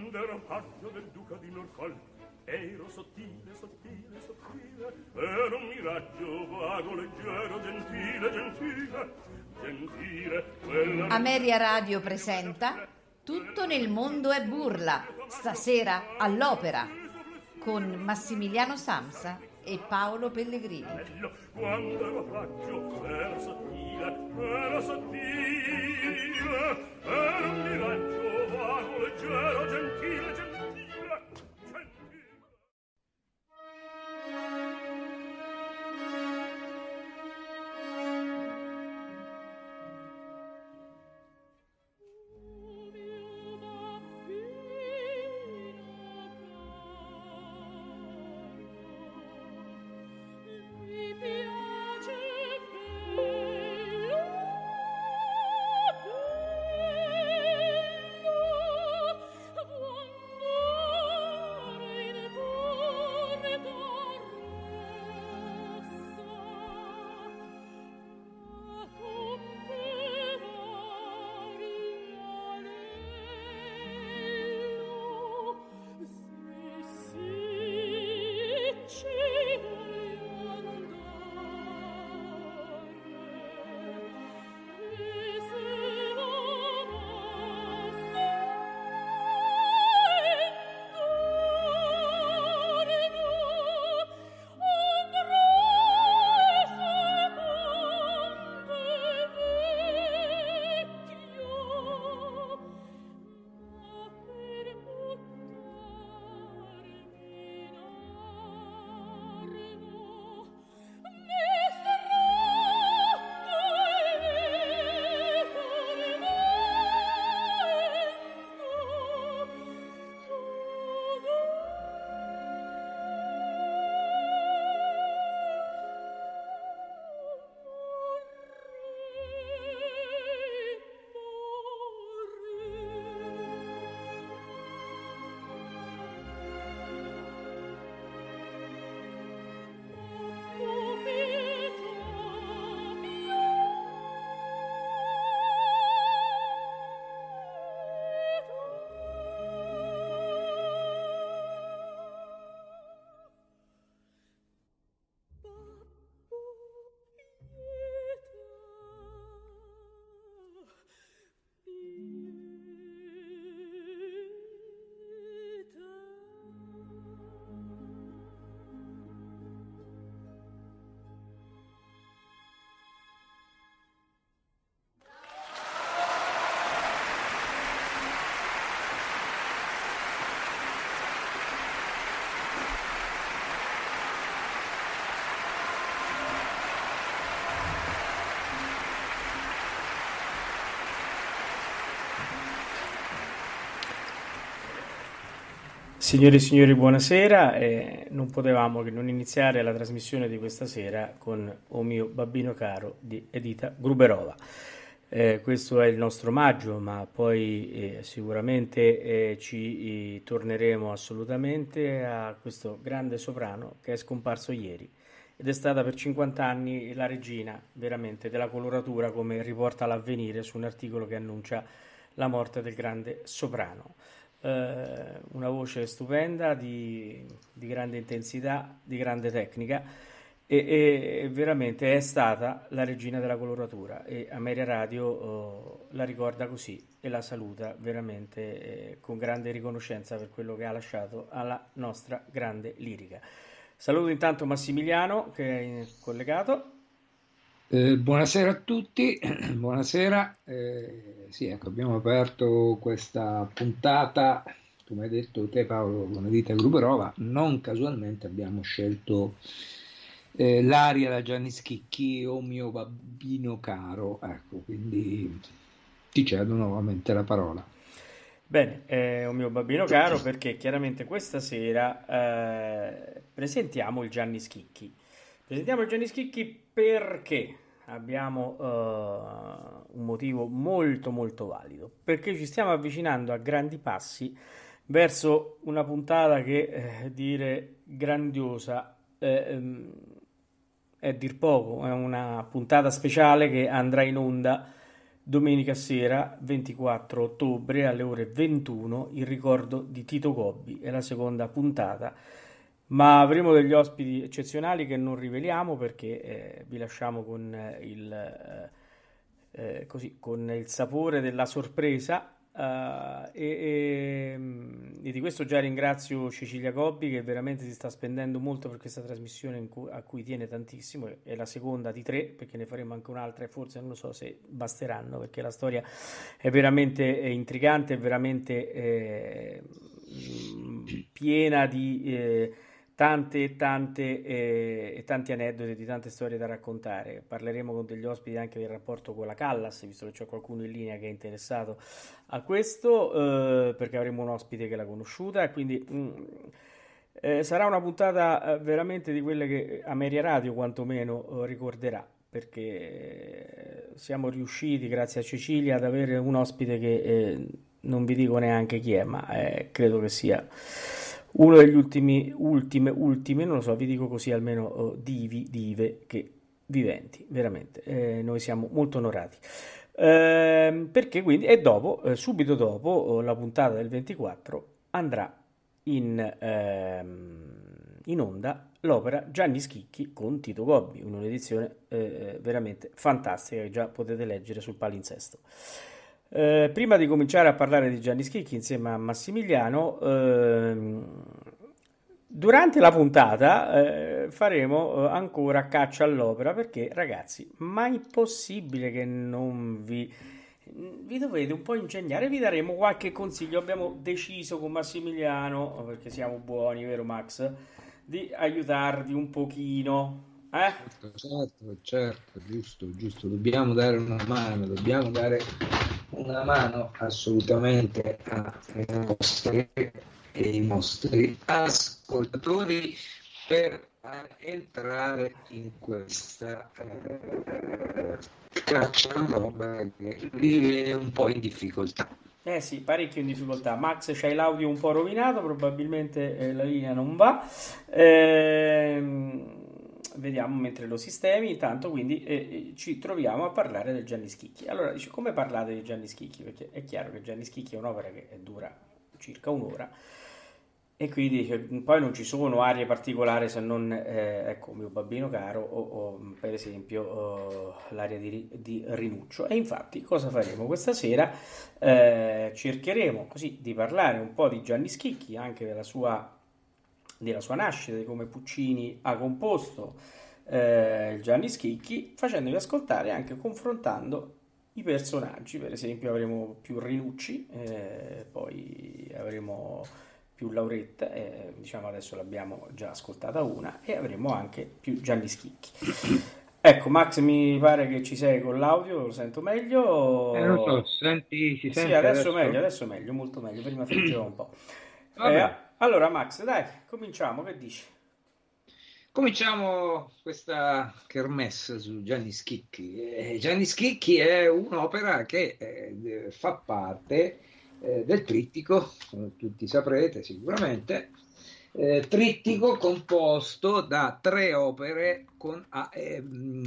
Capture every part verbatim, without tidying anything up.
quando ero paggio del duca di Norfolk, ero sottile, sottile, sottile, ero un miraggio vago, leggero, gentile, gentile, gentile. Quella... Ameria Radio presenta Tutto nel mondo è burla, stasera all'Opera, con Massimiliano Samsa e Paolo Pellegrini. Quando ero paggio, ero sottile, ero sottile, ero un miraggio vago, leggero, gentile, gentile. Signore e signori, buonasera. Eh, non potevamo che non iniziare la trasmissione di questa sera con O mio babbino caro di Edita Gruberova. Eh, questo è il nostro omaggio, ma poi eh, sicuramente eh, ci eh, torneremo assolutamente a questo grande soprano che è scomparso ieri ed è stata per cinquanta anni la regina veramente della coloratura, come riporta l'Avvenire su un articolo che annuncia la morte del grande soprano. Uh, una voce stupenda, di, di grande intensità, di grande tecnica e, e veramente è stata la regina della coloratura e Ameria Radio uh, la ricorda così e la saluta veramente eh, con grande riconoscenza per quello che ha lasciato alla nostra grande lirica. Saluto intanto Massimiliano che è collegato. Eh, buonasera a tutti, buonasera. Eh, sì, ecco, abbiamo aperto questa puntata, come hai detto te Paolo, con Edita Gruberova. Non casualmente abbiamo scelto eh, l'aria da Gianni Schicchi, O mio babbino caro, ecco, quindi ti cedo nuovamente la parola. Bene, eh, O mio babbino caro, perché chiaramente questa sera eh, presentiamo il Gianni Schicchi. Presentiamo il Gianni Schicchi perché abbiamo uh, un motivo molto molto valido, perché ci stiamo avvicinando a grandi passi verso una puntata che eh, dire grandiosa eh, è dir poco, è una puntata speciale che andrà in onda domenica sera ventiquattro ottobre alle ore ventuno, il ricordo di Tito Gobbi, è la seconda puntata, ma avremo degli ospiti eccezionali che non riveliamo perché eh, vi lasciamo con eh, il, eh, eh, così, con il sapore della sorpresa. Uh, e, e, e di questo già ringrazio Cecilia Gobbi, che veramente si sta spendendo molto per questa trasmissione in cui, a cui tiene tantissimo. È la seconda di tre, perché ne faremo anche un'altra e forse non lo so se basteranno, perché la storia è veramente è intrigante, è veramente eh, piena di eh, tante tante eh, e tanti aneddoti, di tante storie da raccontare. Parleremo con degli ospiti anche del rapporto con la Callas, visto che c'è qualcuno in linea che è interessato a questo, eh, perché avremo un ospite che l'ha conosciuta, quindi mh, eh, sarà una puntata eh, veramente di quelle che Ameria Radio quantomeno eh, ricorderà, perché siamo riusciti, grazie a Cecilia, ad avere un ospite che eh, non vi dico neanche chi è, ma eh, credo che sia uno degli ultimi, ultime, ultime, non lo so, vi dico così almeno, oh, divi, dive, che viventi, veramente, eh, noi siamo molto onorati. Eh, perché quindi, e dopo, eh, subito dopo oh, la puntata del ventiquattro, andrà in, ehm, in onda l'opera Gianni Schicchi con Tito Gobbi, un'edizione eh, veramente fantastica che già potete leggere sul palinsesto. Eh, prima di cominciare a parlare di Gianni Schicchi insieme a Massimiliano, ehm, durante la puntata eh, faremo eh, ancora caccia all'opera, perché ragazzi, mai possibile che non vi vi dovete un po' ingegnare, vi daremo qualche consiglio. Abbiamo deciso con Massimiliano, perché siamo buoni, vero Max, di aiutarvi un pochino. Eh? Certo, certo, certo, giusto, giusto, dobbiamo dare una mano, dobbiamo dare una mano assolutamente ai nostri, ai nostri ascoltatori per entrare in questa eh, caccia all'opera che li viene un po' in difficoltà. Eh sì, parecchio in difficoltà. Max, c'hai l'audio un po' rovinato, probabilmente eh, la linea non va. Ehm... Vediamo mentre lo sistemi. Intanto quindi eh, ci troviamo a parlare del Gianni Schicchi. Allora, dice, come parlate di Gianni Schicchi? Perché è chiaro che Gianni Schicchi è un'opera che dura circa un'ora e quindi dice, poi non ci sono aree particolari se non eh, ecco, Mio Babbino Caro o, o per esempio oh, l'aria di, di Rinuccio. E infatti cosa faremo questa sera? Eh, cercheremo così di parlare un po' di Gianni Schicchi, anche della sua della sua nascita, di come Puccini ha composto eh, Gianni Schicchi, facendovi ascoltare, anche confrontando i personaggi. Per esempio avremo più Rinucci, eh, poi avremo più Lauretta, eh, diciamo adesso l'abbiamo già ascoltata una, e avremo anche più Gianni Schicchi. Ecco Max, mi pare che ci sei con l'audio, lo sento meglio. Eh, non so, senti, si sì, sente adesso, adesso? meglio, adesso meglio, molto meglio, prima friggeva un po'. Eh, allora Max, dai, cominciamo, che dici? Cominciamo questa kermesse su Gianni Schicchi. Eh, Gianni Schicchi è un'opera che eh, fa parte eh, del trittico, come tutti saprete sicuramente, eh, trittico composto da tre opere con a, eh,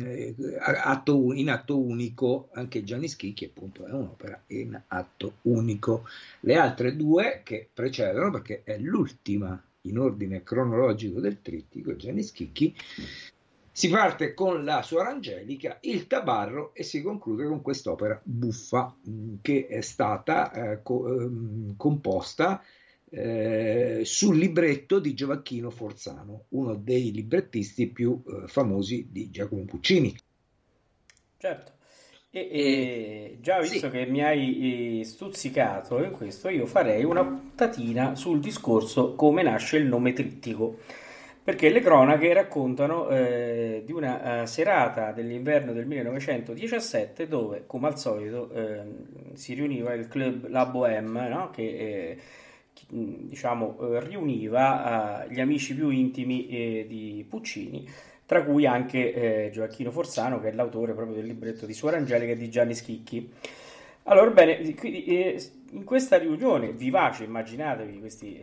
atto, in atto unico. Anche Gianni Schicchi appunto è un'opera in atto unico. Le altre due che precedono, perché è l'ultima in ordine cronologico del trittico, Gianni Schicchi, si parte con la Suora Angelica, il Tabarro, e si conclude con quest'opera buffa che è stata eh, co- ehm, composta eh, sul libretto di Gioacchino Forzano, uno dei librettisti più eh, famosi di Giacomo Puccini. Certo. E, e già visto sì. che mi hai stuzzicato in questo, io farei una puntatina sul discorso come nasce il nome trittico, perché le cronache raccontano eh, di una uh, serata dell'inverno del millenovecentodiciassette dove, come al solito, eh, si riuniva il club La Bohème, no? che eh, diciamo eh, riuniva uh, gli amici più intimi eh, di Puccini, tra cui anche eh, Gioacchino Forzano, che è l'autore proprio del libretto di Suora Angelica e di Gianni Schicchi. Allora, bene, quindi, eh, in questa riunione vivace, immaginatevi questi eh,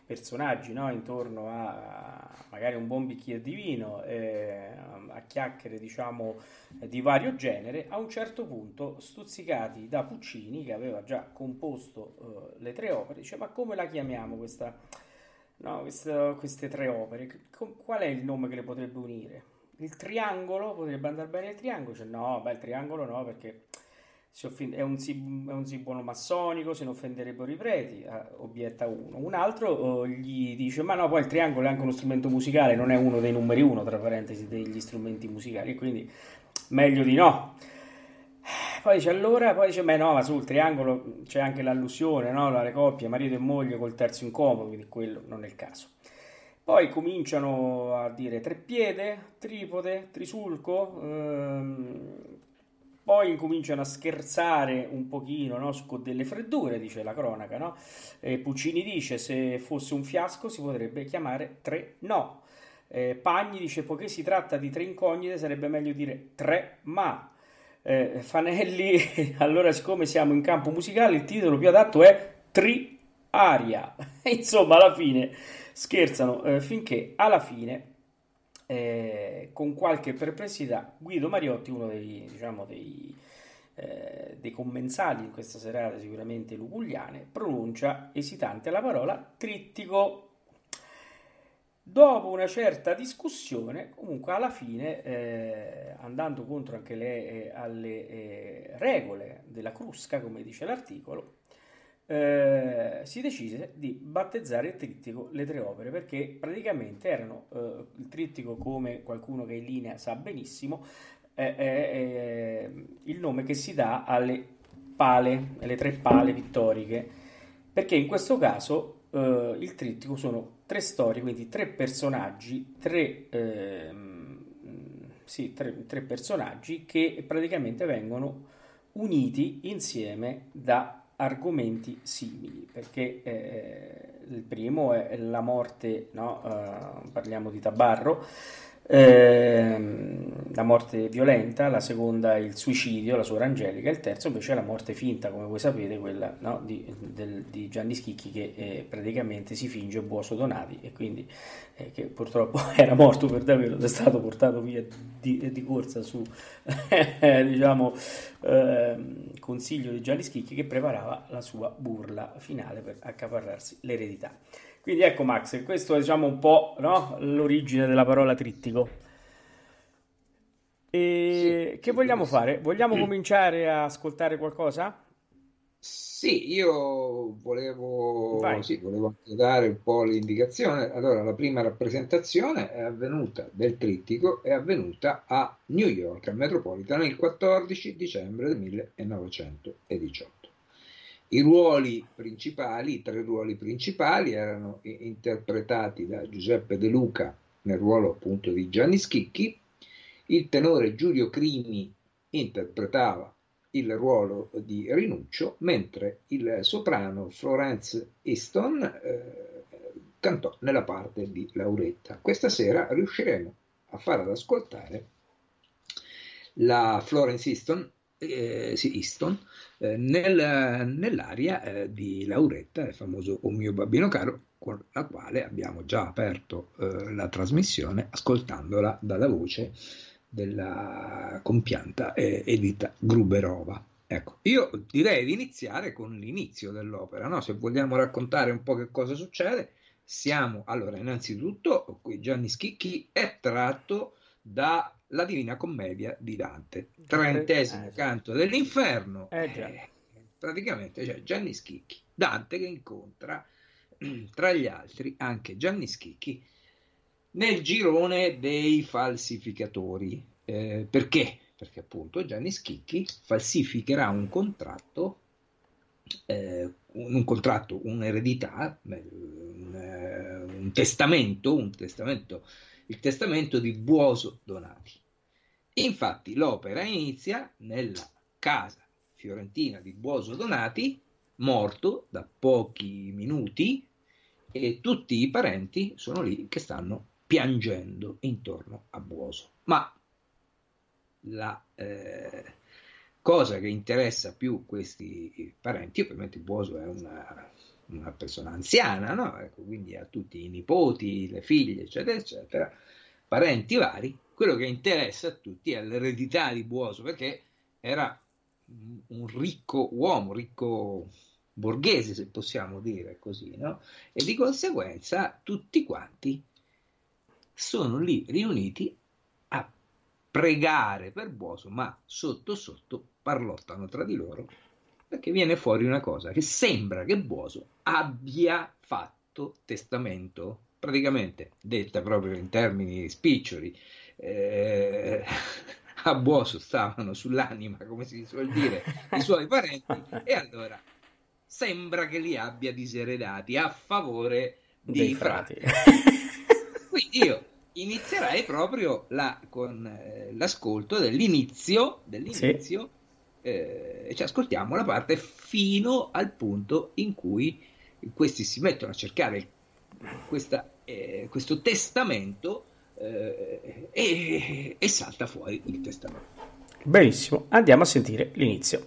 personaggi, no? Intorno a magari un buon bicchiere di vino, eh, a chiacchiere diciamo di vario genere, a un certo punto stuzzicati da Puccini, che aveva già composto eh, le tre opere, dice: ma come la chiamiamo questa, no, questa- queste tre opere? Co- Qual è il nome che le potrebbe unire? Il triangolo? Potrebbe andare bene il triangolo? Dice, no, beh, il triangolo no, perché si offende- è un, sim- è un simbolo massonico, se ne offenderebbero i preti, eh, obietta uno. Un altro eh, gli dice: ma no, poi il triangolo è anche uno strumento musicale, non è uno dei numeri uno, tra parentesi, degli strumenti musicali, e quindi meglio di no. Poi dice allora, poi dice: beh no, ma sul triangolo c'è anche l'allusione, no? Le coppie, marito e moglie col terzo incomodo, quindi quello non è il caso. Poi cominciano a dire treppiede, tripode, trisulco, ehm, poi incominciano a scherzare un pochino, no, su con delle freddure, dice la cronaca, no? E Puccini dice: se fosse un fiasco si potrebbe chiamare tre no. Eh, Pagni dice: poiché si tratta di tre incognite sarebbe meglio dire tre ma. Eh, Fanelli, allora siccome siamo in campo musicale il titolo più adatto è Tri-aria. Insomma, alla fine scherzano eh, finché alla fine, eh, con qualche perplessità, Guido Mariotti, uno dei, diciamo, dei, eh, dei commensali in questa serata sicuramente luguliane, pronuncia esitante la parola trittico. Dopo una certa discussione, comunque alla fine, eh, andando contro anche le, eh, alle eh, regole della Crusca, come dice l'articolo, eh, si decise di battezzare il trittico le tre opere, perché praticamente erano eh, il trittico, come qualcuno che è in linea sa benissimo, è, è- è il nome che si dà alle pale, alle tre pale pittoriche, perché in questo caso eh, il trittico sono tre storie, quindi tre personaggi, tre, ehm, sì, tre, tre personaggi che praticamente vengono uniti insieme da argomenti simili, perché eh, il primo è la morte, no? Eh, parliamo di Tabarro, ehm, la morte violenta, la seconda è il suicidio, la suora Angelica, il terzo invece è la morte finta, come voi sapete, quella, no, di, del- di Gianni Schicchi, che eh, praticamente si finge Buoso Donati, e quindi eh, che purtroppo era morto per davvero ed è stato portato via di, di corsa su diciamo ehm, consiglio di Gianni Schicchi, che preparava la sua burla finale per accaparrarsi l'eredità. Quindi ecco Max, questo è diciamo un po', no, l'origine della parola trittico. Sì, E che sì, vogliamo benissimo. fare? Vogliamo cominciare a ascoltare qualcosa? Sì, io volevo, Vai. sì, volevo anche dare un po' l'indicazione. Allora, la prima rappresentazione è avvenuta del trittico, è avvenuta a New York, al Metropolitan, il quattordici dicembre del millenovecentodiciotto. I ruoli principali, i tre ruoli principali, erano i- interpretati da Giuseppe De Luca nel ruolo appunto di Gianni Schicchi. Il tenore Giulio Crimi interpretava il ruolo di Rinuccio, mentre il soprano Florence Easton eh, cantò nella parte di Lauretta. Questa sera riusciremo a far ad ascoltare la Florence Easton, eh, sì, Easton eh, nel- nell'aria eh, di Lauretta, il famoso O mio babbino caro, con la quale abbiamo già aperto eh, la trasmissione ascoltandola dalla voce della compianta eh, Edita Gruberova. Ecco, io direi di iniziare con l'inizio dell'opera, no? Se vogliamo raccontare un po' che cosa succede, siamo, allora, innanzitutto, qui Gianni Schicchi è tratto da La Divina Commedia di Dante, Dal tre- eh, trentesimo già. canto dell'inferno, Eh già. eh, praticamente c'è Gianni Schicchi, Dante che incontra tra gli altri anche Gianni Schicchi nel girone dei falsificatori. Eh, perché? Perché appunto Gianni Schicchi falsificherà un contratto, eh, un, un contratto, un'eredità, un, eh, un testamento, un testamento, il testamento di Buoso Donati. Infatti l'opera inizia nella casa fiorentina di Buoso Donati, morto da pochi minuti, e tutti i parenti sono lì che stanno piangendo intorno a Buoso. Ma la eh, cosa che interessa più questi parenti, ovviamente Buoso è una, una persona anziana, no? Ecco, quindi ha tutti i nipoti, le figlie, eccetera, eccetera, parenti vari. Quello che interessa a tutti è l'eredità di Buoso, perché era un ricco uomo, ricco borghese, se possiamo dire così, no? E di conseguenza tutti quanti sono lì riuniti a pregare per Buoso, ma sotto sotto parlottano tra di loro, perché viene fuori una cosa, che sembra che Buoso abbia fatto testamento, praticamente, detta proprio in termini spiccioli, eh, a Buoso stavano sull'anima, come si suol dire, i suoi parenti, e allora sembra che li abbia diseredati a favore dei frati. Quindi io inizierei proprio la, con eh, l'ascolto dell'inizio, dell'inizio sì. eh, e ci ascoltiamo la parte fino al punto in cui questi si mettono a cercare questa, eh, questo testamento eh, e, e salta fuori il testamento. Benissimo, andiamo a sentire l'inizio.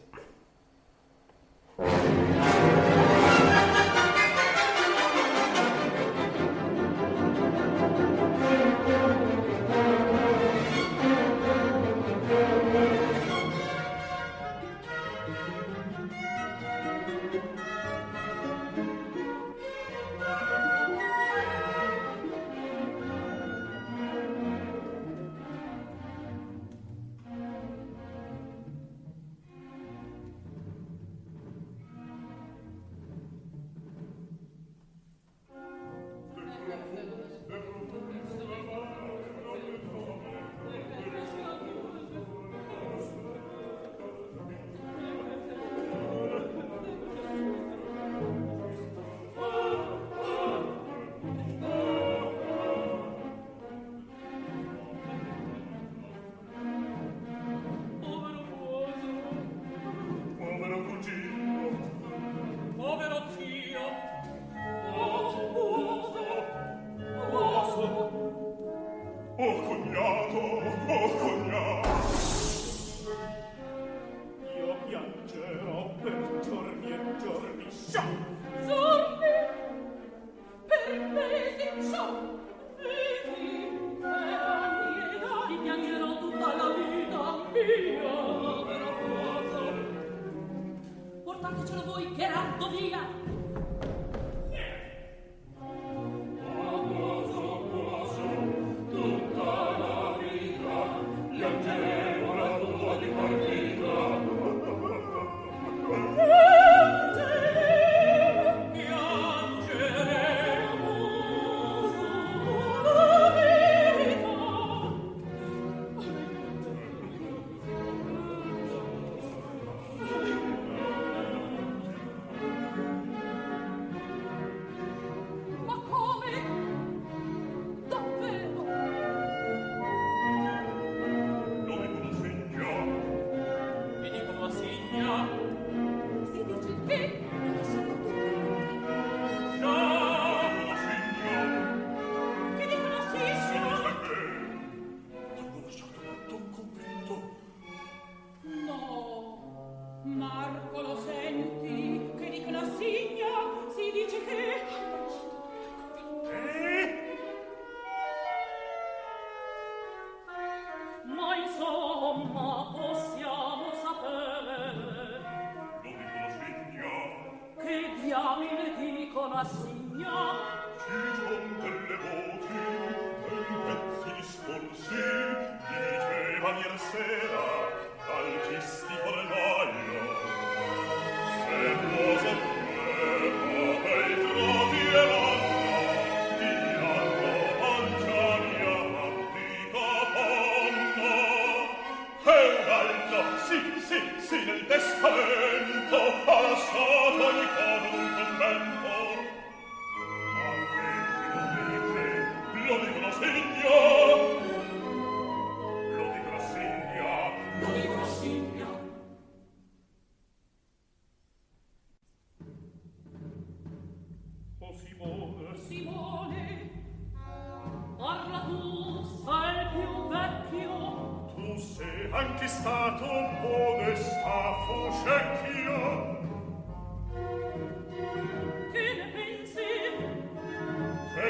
Modesta fu scecchio che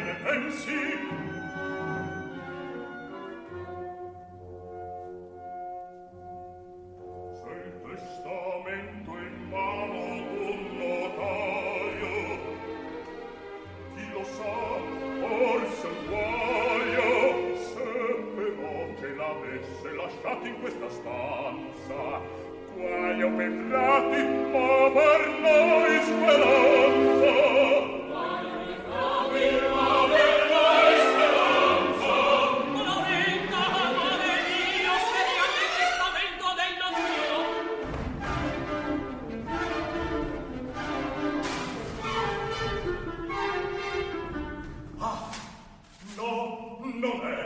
ne pensi? Se il testamento è in mano d'un notaio, chi lo sa, forse un guaio, se però te l'avesse lasciato in questa stanza, guaio per frati, ma per noi speranza. Guaio per frati, ma per noi speranza. Lauretta, amore mio, spiegate il testamento dello zio. Ah, no, non è.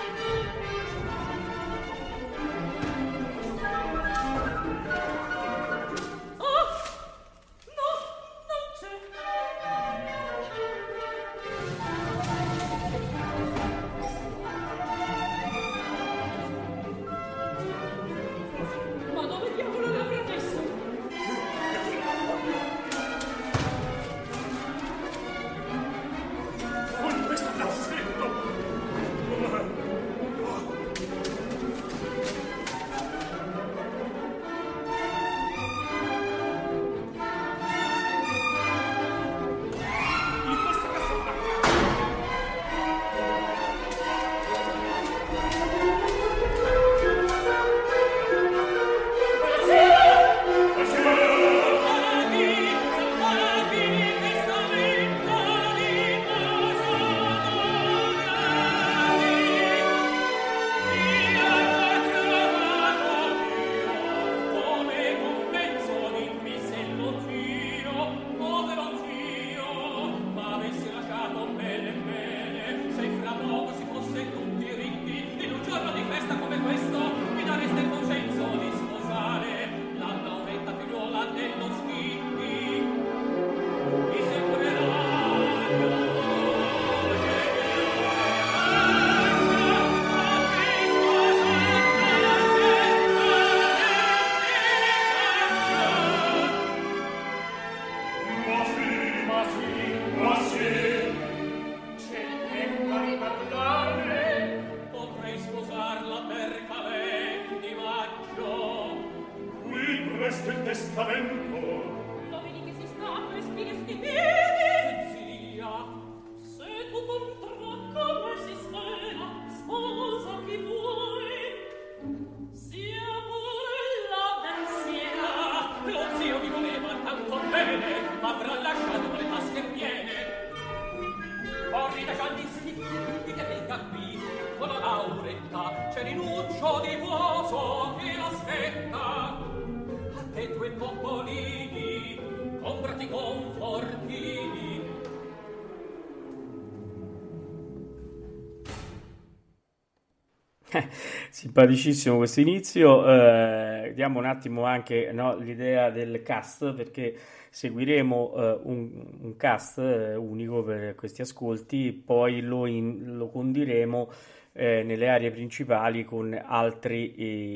Simpaticissimo questo inizio. Eh, diamo un attimo anche, no, l'idea del cast, perché seguiremo eh, un, un cast eh, unico per questi ascolti, poi lo, in, lo condiremo eh, nelle aree principali con altri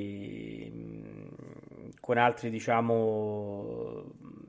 eh, con altri diciamo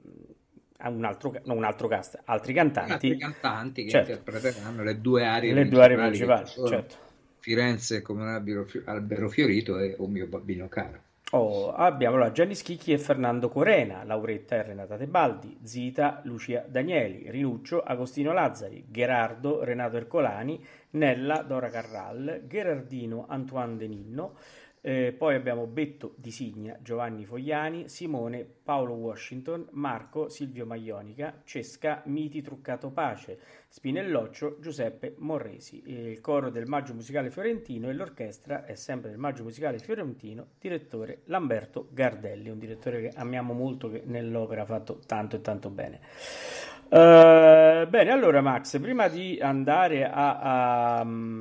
un altro, no, un altro cast, altri cantanti, altri cantanti che certo, interpreteranno le due aree le due aree principali, certo. Firenze come un albero, albero fiorito e O mio babbino caro. Oh, abbiamo allora Gianni Schicchi e Fernando Corena, Lauretta e Renata Tebaldi, Zita, Lucia Danieli, Rinuccio, Agostino Lazzari, Gherardo, Renato Ercolani, Nella, Dora Carral, Gherardino, Antoine De Ninno, eh, poi abbiamo Betto Di Signa, Giovanni Fogliani, Simone, Paolo Washington, Marco, Silvio Maionica, Cesca, Miti Truccato Pace, Spinelloccio, Giuseppe Morresi. Il coro del Maggio Musicale Fiorentino e l'orchestra è sempre del Maggio Musicale Fiorentino, direttore Lamberto Gardelli, un direttore che amiamo molto, che nell'opera ha fatto tanto e tanto bene. Uh, bene, allora Max, prima di andare a, a,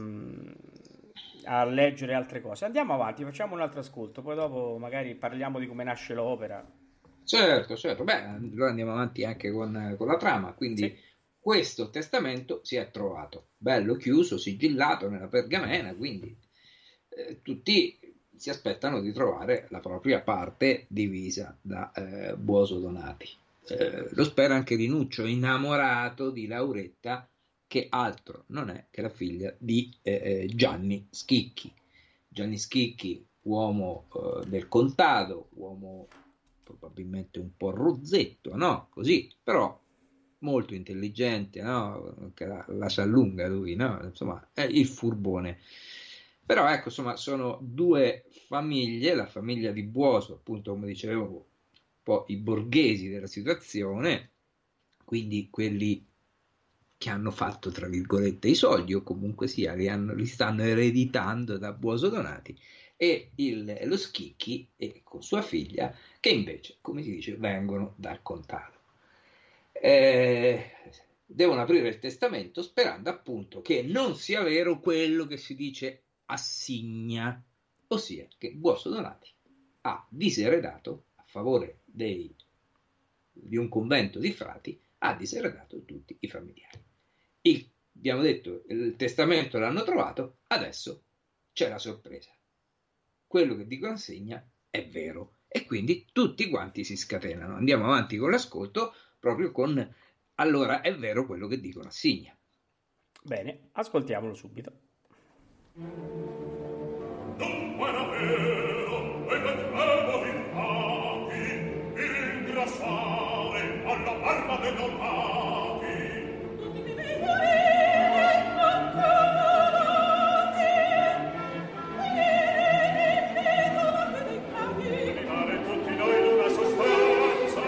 a leggere altre cose, andiamo avanti, facciamo un altro ascolto, poi dopo magari parliamo di come nasce l'opera. Certo, certo, beh, allora andiamo avanti anche con, con la trama, quindi sì. Questo testamento si è trovato, bello chiuso, sigillato nella pergamena, quindi eh, tutti si aspettano di trovare la propria parte divisa da eh, Buoso Donati. Eh, lo spera anche Rinuccio, innamorato di Lauretta, che che altro non è che la figlia di eh, Gianni Schicchi. Gianni Schicchi, uomo eh, del contado, uomo probabilmente un po' rozzetto, no? Così, però molto intelligente, no? Che la, la sa lunga lui, no? Insomma, è il furbone. Però ecco, insomma, sono due famiglie, la famiglia di Buoso, appunto, come dicevo, un po' i borghesi della situazione, quindi quelli che hanno fatto, tra virgolette, i soldi, o comunque sia, li, hanno, li stanno ereditando da Buoso Donati, e il, lo Schicchi e con sua figlia, che invece, come si dice, vengono dal contado. Eh, devono aprire il testamento sperando appunto che non sia vero quello che si dice assigna, ossia che Buoso Donati ha diseredato a favore dei, di un convento di frati, ha diseredato tutti i familiari. Il, abbiamo detto, il testamento l'hanno trovato, adesso c'è la sorpresa. Quello che dicono assegna è vero e quindi tutti quanti si scatenano. Andiamo avanti con l'ascolto proprio con allora è vero quello che dicono assegna. Bene, ascoltiamolo subito. Dunque era vero e vedevo infatti ingrassare alla barba dei Donati. Tutti mi vedere accantonati, Mi pare tutti noi d'una sostanza,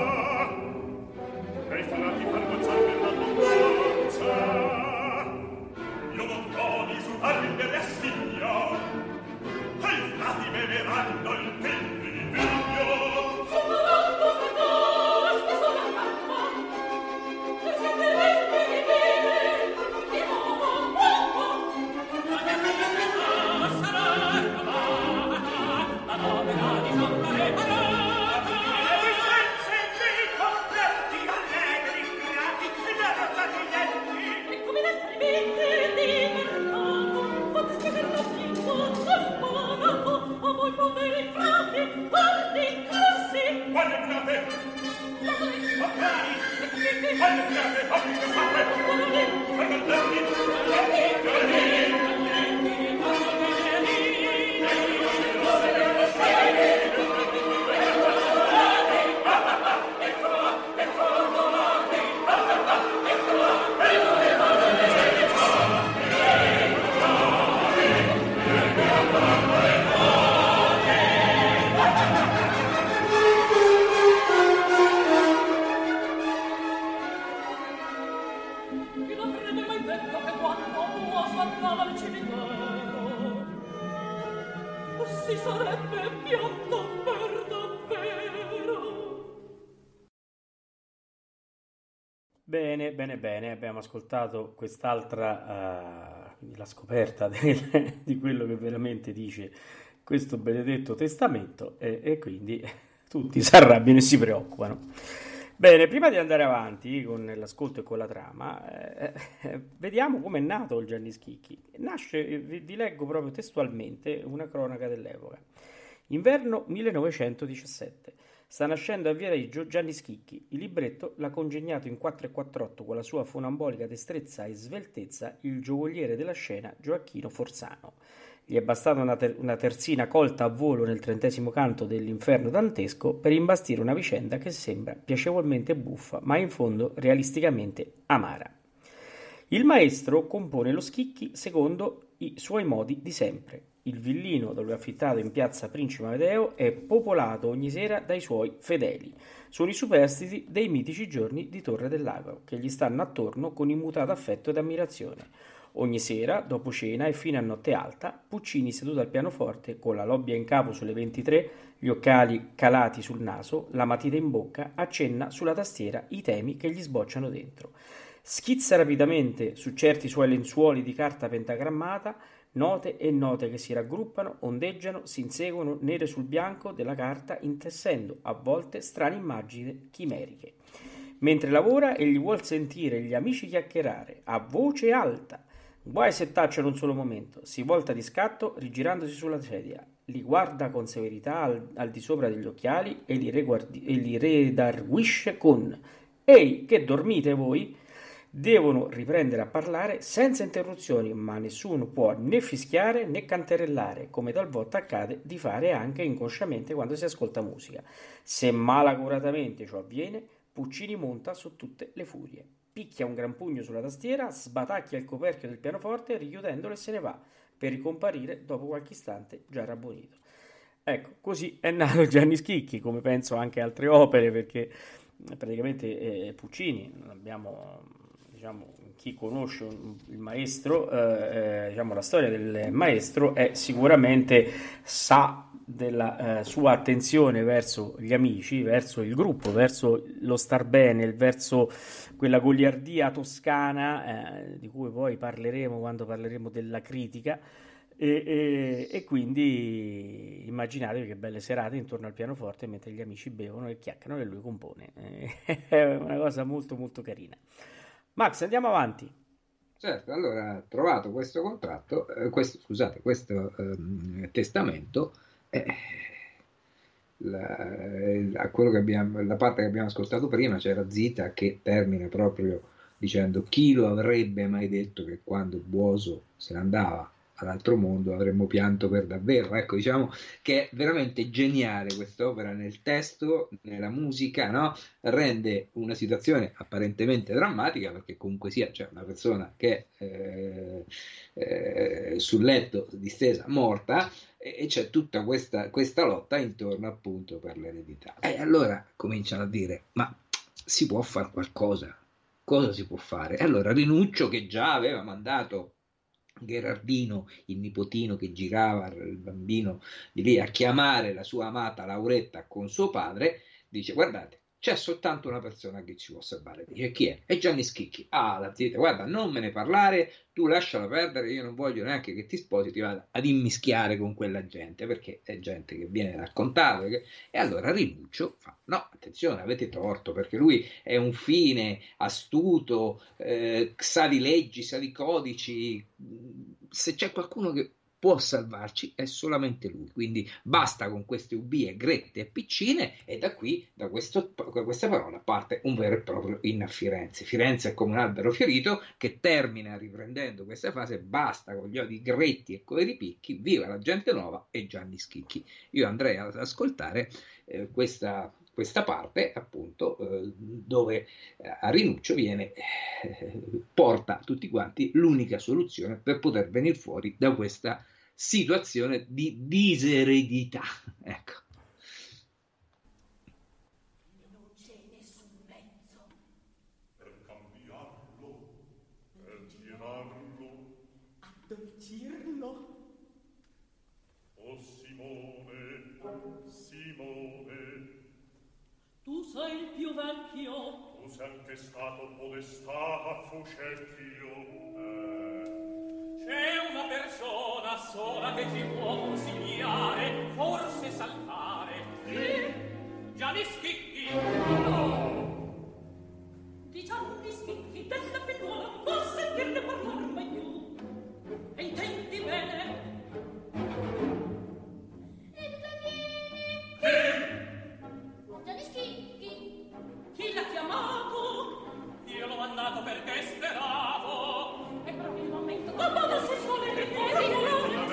e i fanati far gozzar dell'abbondanza. Io non do misurarmi per assigna, e i frati beveranno il figlio. Sono stato spesso la mamma, e siete rete di dire, di nuovo poco. La mia figlia sarà acabata, la novella di sopra le parate. E senza il cico, pretti, allegri, creati, e la razza di denti. E come nel primizi di mercato, fate scrivere la pizza al monaco, a voi poveri frati, guardi classi. Quale frate? La dove Appari! e Quale frate? Apri che fate? Fai mandarmi! Chi l'avrebbe mai detto che quando Buoso andava al cimitero si sarebbe pianto per davvero? Bene, bene, bene, abbiamo ascoltato quest'altra, uh, la scoperta del, di quello che veramente dice questo benedetto testamento e, e quindi tutti si arrabbiano e si preoccupano. Bene, prima di andare avanti con l'ascolto e con la trama, eh, eh, vediamo come è nato il Gianni Schicchi. Nasce, vi, vi leggo proprio testualmente una cronaca dell'epoca. Inverno millenovecentodiciassette. Sta nascendo a Viareggio Gianni Schicchi. Il libretto l'ha congegnato in quattro e quattr'otto con la sua funambolica destrezza e sveltezza il giovoliere della scena Gioacchino Forzano. Gli è bastata una, ter- una terzina colta a volo nel trentesimo canto dell'inferno dantesco per imbastire una vicenda che sembra piacevolmente buffa, ma in fondo realisticamente amara. Il maestro compone lo Schicchi secondo i suoi modi di sempre. Il villino dove è affittato in piazza Principe Amedeo è popolato ogni sera dai suoi fedeli. Sono i superstiti dei mitici giorni di Torre del Lago, che gli stanno attorno con immutato affetto ed ammirazione. Ogni sera, dopo cena e fino a notte alta, Puccini seduto al pianoforte, con la lobbia in capo sulle ventitré, gli occhiali calati sul naso, la matita in bocca, accenna sulla tastiera i temi che gli sbocciano dentro. Schizza rapidamente su certi suoi lenzuoli di carta pentagrammata, note e note che si raggruppano, ondeggiano, si inseguono nere sul bianco della carta, intessendo a volte strane immagini chimeriche. Mentre lavora egli vuol sentire gli amici chiacchierare, a voce alta. Guai se tacciano un solo momento, si volta di scatto rigirandosi sulla sedia, li guarda con severità al, al di sopra degli occhiali e li, reguardi, e li redarguisce con «Ehi, che dormite voi?» Devono riprendere a parlare senza interruzioni, ma nessuno può né fischiare né canterellare, come talvolta accade di fare anche inconsciamente quando si ascolta musica. Se malacuratamente ciò avviene, Puccini monta su tutte le furie. Picchia un gran pugno sulla tastiera, sbatacchia il coperchio del pianoforte, richiudendolo e se ne va, per ricomparire dopo qualche istante già rabbonito. Ecco, così è nato Gianni Schicchi, come penso anche altre opere, perché praticamente eh, Puccini, abbiamo, diciamo, chi conosce un, il maestro, eh, eh, diciamo, la storia del maestro è sicuramente sa della eh, sua attenzione verso gli amici, verso il gruppo, verso lo star bene, verso quella goliardia toscana eh, di cui poi parleremo quando parleremo della critica. E, e, e quindi immaginatevi che belle serate intorno al pianoforte mentre gli amici bevono e chiacchierano e lui compone. È una cosa molto molto carina. Max, andiamo avanti. Certo, allora trovato questo contratto, eh, questo, scusate, questo ehm, testamento, eh, la, la, quello che abbiamo, la parte che abbiamo ascoltato prima, c'era Zita che termina proprio dicendo: chi lo avrebbe mai detto che quando Buoso se ne andava all'altro mondo avremmo pianto per davvero. Ecco, diciamo che è veramente geniale quest'opera nel testo, nella musica, no? Rende una situazione apparentemente drammatica, perché comunque sia c'è una persona che è eh, eh, sul letto distesa morta, e, e c'è tutta questa, questa lotta intorno appunto per l'eredità. E allora cominciano a dire: ma si può fare qualcosa? Cosa si può fare? E allora Rinuccio, che già aveva mandato Gherardino, il nipotino che girava il bambino di lì, a chiamare la sua amata Lauretta con suo padre, dice: guardate, c'è soltanto una persona che ci può salvare. Dice: chi è? È Gianni Schicchi. Ah, la zia, guarda, non me ne parlare, tu lasciala perdere, io non voglio neanche che ti sposi, ti vada ad immischiare con quella gente, perché è gente che viene raccontata. Perché... E allora Rinuccio fa: no, attenzione, avete torto, perché lui è un fine, astuto, eh, sa di leggi, sa di codici, se c'è qualcuno che può salvarci è solamente lui, quindi basta con queste ubbie grette e piccine. E da qui, da, questo, da questa parola parte un vero e proprio inno a Firenze. Firenze è come un albero fiorito, che termina riprendendo questa fase: basta con gli odi gretti e con i ripicchi, viva la gente nuova e Gianni Schicchi. Io andrei ad ascoltare eh, questa questa parte appunto eh, dove eh, a Rinuccio viene eh, porta tutti quanti l'unica soluzione per poter venire fuori da questa situazione di diseredità. Ecco. Non c'è nessun mezzo per cambiarlo, per tirarlo, addolcirlo. oh Simone, Simone, Tu sei il più vecchio. tu sei anche stato podestà, fu scelch'io. Eh. C'è una persona sola che ti può consigliare, forse salvare. Chi? Gianni Schicchi. No. Di Gianni Schicchi, della figliuola, forse sentirne parlare mai più. E intendi bene? E dove vieni? Chi? Gianni Schicchi. Chi l'ha chiamato? Io l'ho mandato perché speravo. E proprio il momento, dopo la sessuale le chiedi, non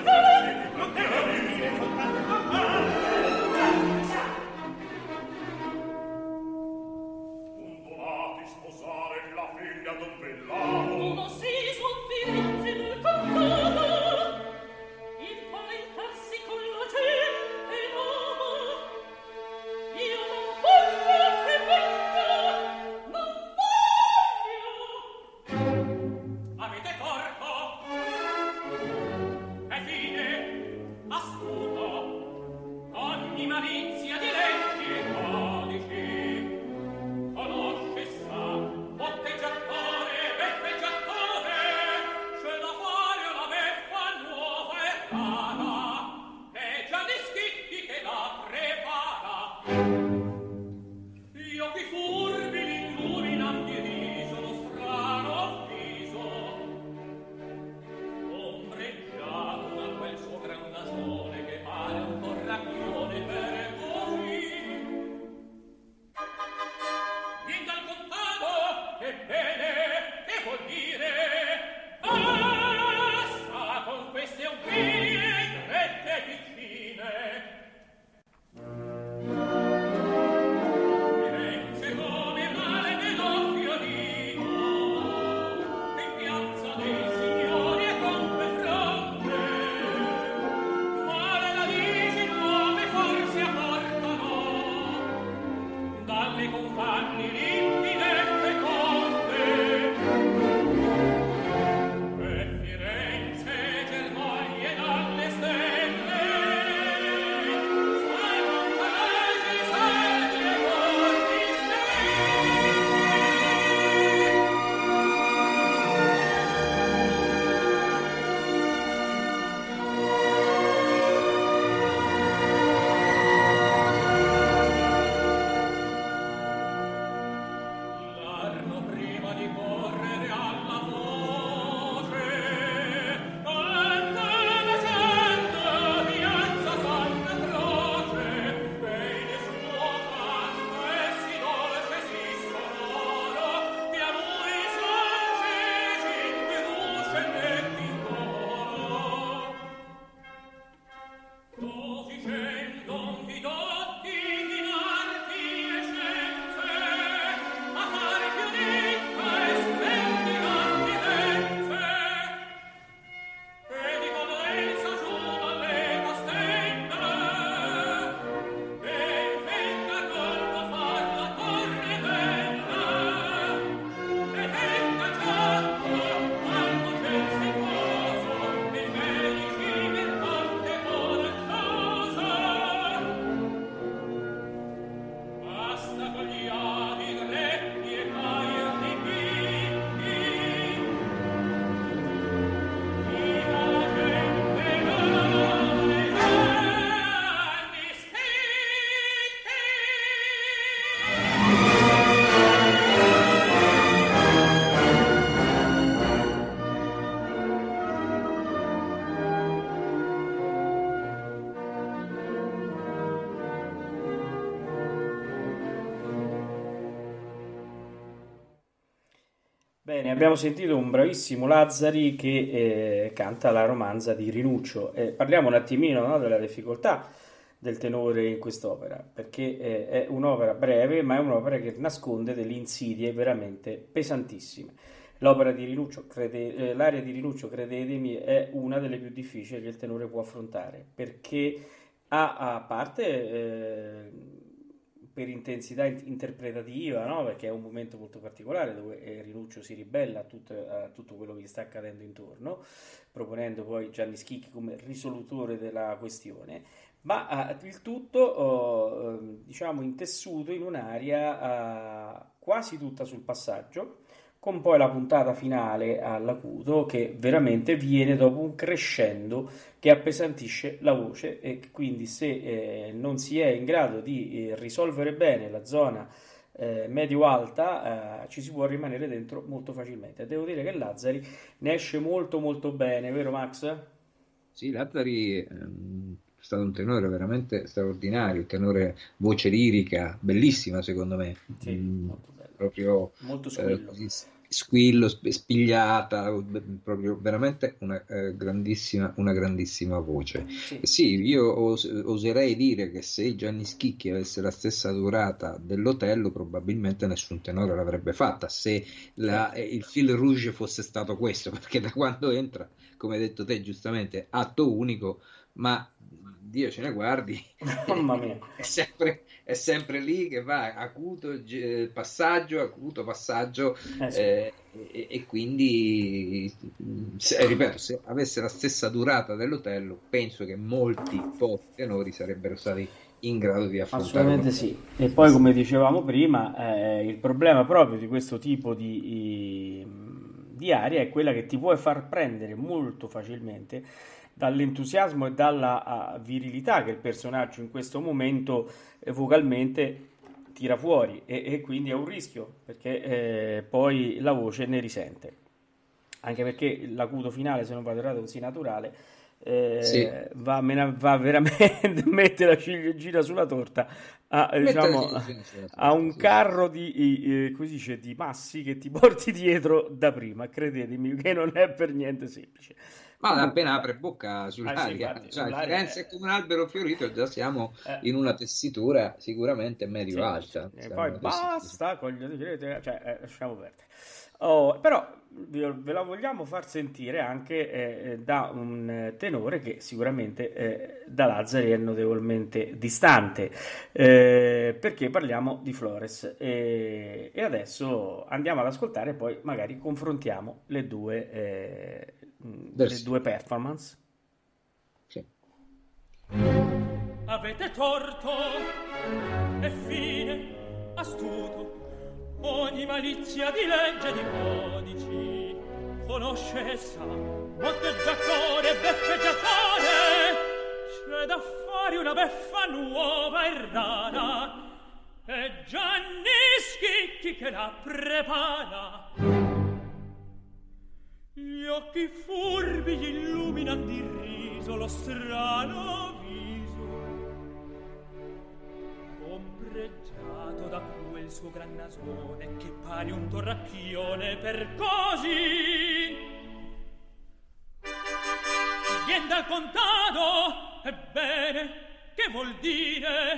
Bene, abbiamo sentito un bravissimo Lazzari che eh, canta la romanza di Rinuccio. Eh, parliamo un attimino, no, della difficoltà del tenore in quest'opera, perché eh, è un'opera breve, ma è un'opera che nasconde delle insidie veramente pesantissime. L'opera di Rinuccio, crede, eh, l'aria di Rinuccio, credetemi, è una delle più difficili che il tenore può affrontare, perché ha, a parte eh, per intensità interpretativa, no? Perché è un momento molto particolare dove eh, Rinuccio si ribella a tutto, a tutto quello che gli sta accadendo intorno, proponendo poi Gianni Schicchi come risolutore della questione, ma eh, il tutto oh, diciamo intessuto in un'aria eh, quasi tutta sul passaggio, con poi la puntata finale all'acuto che veramente viene dopo un crescendo che appesantisce la voce, e quindi se eh, non si è in grado di eh, risolvere bene la zona eh, medio-alta eh, ci si può rimanere dentro molto facilmente. Devo dire che Lazzari ne esce molto molto bene, vero Max? Sì, Lazzari ehm, è stato un tenore veramente straordinario, un tenore voce lirica, bellissima secondo me. Sì, Mm, molto bello. proprio Molto eh, squillo. così squillo, sp- spigliata, proprio veramente una eh, grandissima, una grandissima voce. Sì. E sì, io os- oserei dire che se Gianni Schicchi avesse la stessa durata dell'Otello, probabilmente nessun tenore l'avrebbe fatta, se la- Certo. eh, il fil rouge fosse stato questo, perché da quando entra, come hai detto te giustamente, atto unico, ma Dio ce ne guardi, Mamma mia. è sempre, è sempre lì che va acuto ge- passaggio, acuto passaggio, Eh sì. eh, e, e quindi se- ripeto, se avesse la stessa durata dell'Otello, penso che molti pochi tenori sarebbero stati in grado di affrontare Assolutamente un- sì. E poi, come dicevamo prima, eh, il problema proprio di questo tipo di, di aria è quella che ti puoi far prendere molto facilmente dall'entusiasmo e dalla ah, virilità che il personaggio in questo momento eh, vocalmente tira fuori, e, e quindi è un rischio, perché eh, poi la voce ne risente. Anche perché l'acuto finale, se non vado errato, così naturale, eh, Sì. va, mena- va veramente mette la ciliegina sulla torta a, eh, Mette la diciamo, ciliegina sulla a un torta, sì, carro di, eh, come si dice, di massi che ti porti dietro da prima. Credetemi che non è per niente semplice. Ma Comunque, appena apre bocca ah, sì, sull'aria, infatti, cioè, sull'aria Firenze è è- come un albero fiorito, già siamo eh, in una tessitura sicuramente sì, medio-alta. e Siamo poi in una tessitura- basta, cogliete, cioè, eh, lasciamo perdere. Oh, però ve ve la vogliamo far sentire anche eh, da un eh, tenore che sicuramente eh, da Lazzari è notevolmente distante, eh, perché parliamo di Flores. E, e adesso andiamo ad ascoltare, poi magari confrontiamo le due, eh, le due performance. Sì. Avete torto, è fine, astuto, ogni malizia di legge e di codici. Conosce essa, motteggiatore, beffeggiatore, c'è da fare una beffa nuova e rara, e Gianni Schicchi che la prepara. Gli occhi furbi gli illuminan di riso lo strano viso, ombreggiato da quel suo gran nasone che pare un torracchione per così. Vien dal contado, ebbene, che vuol dire?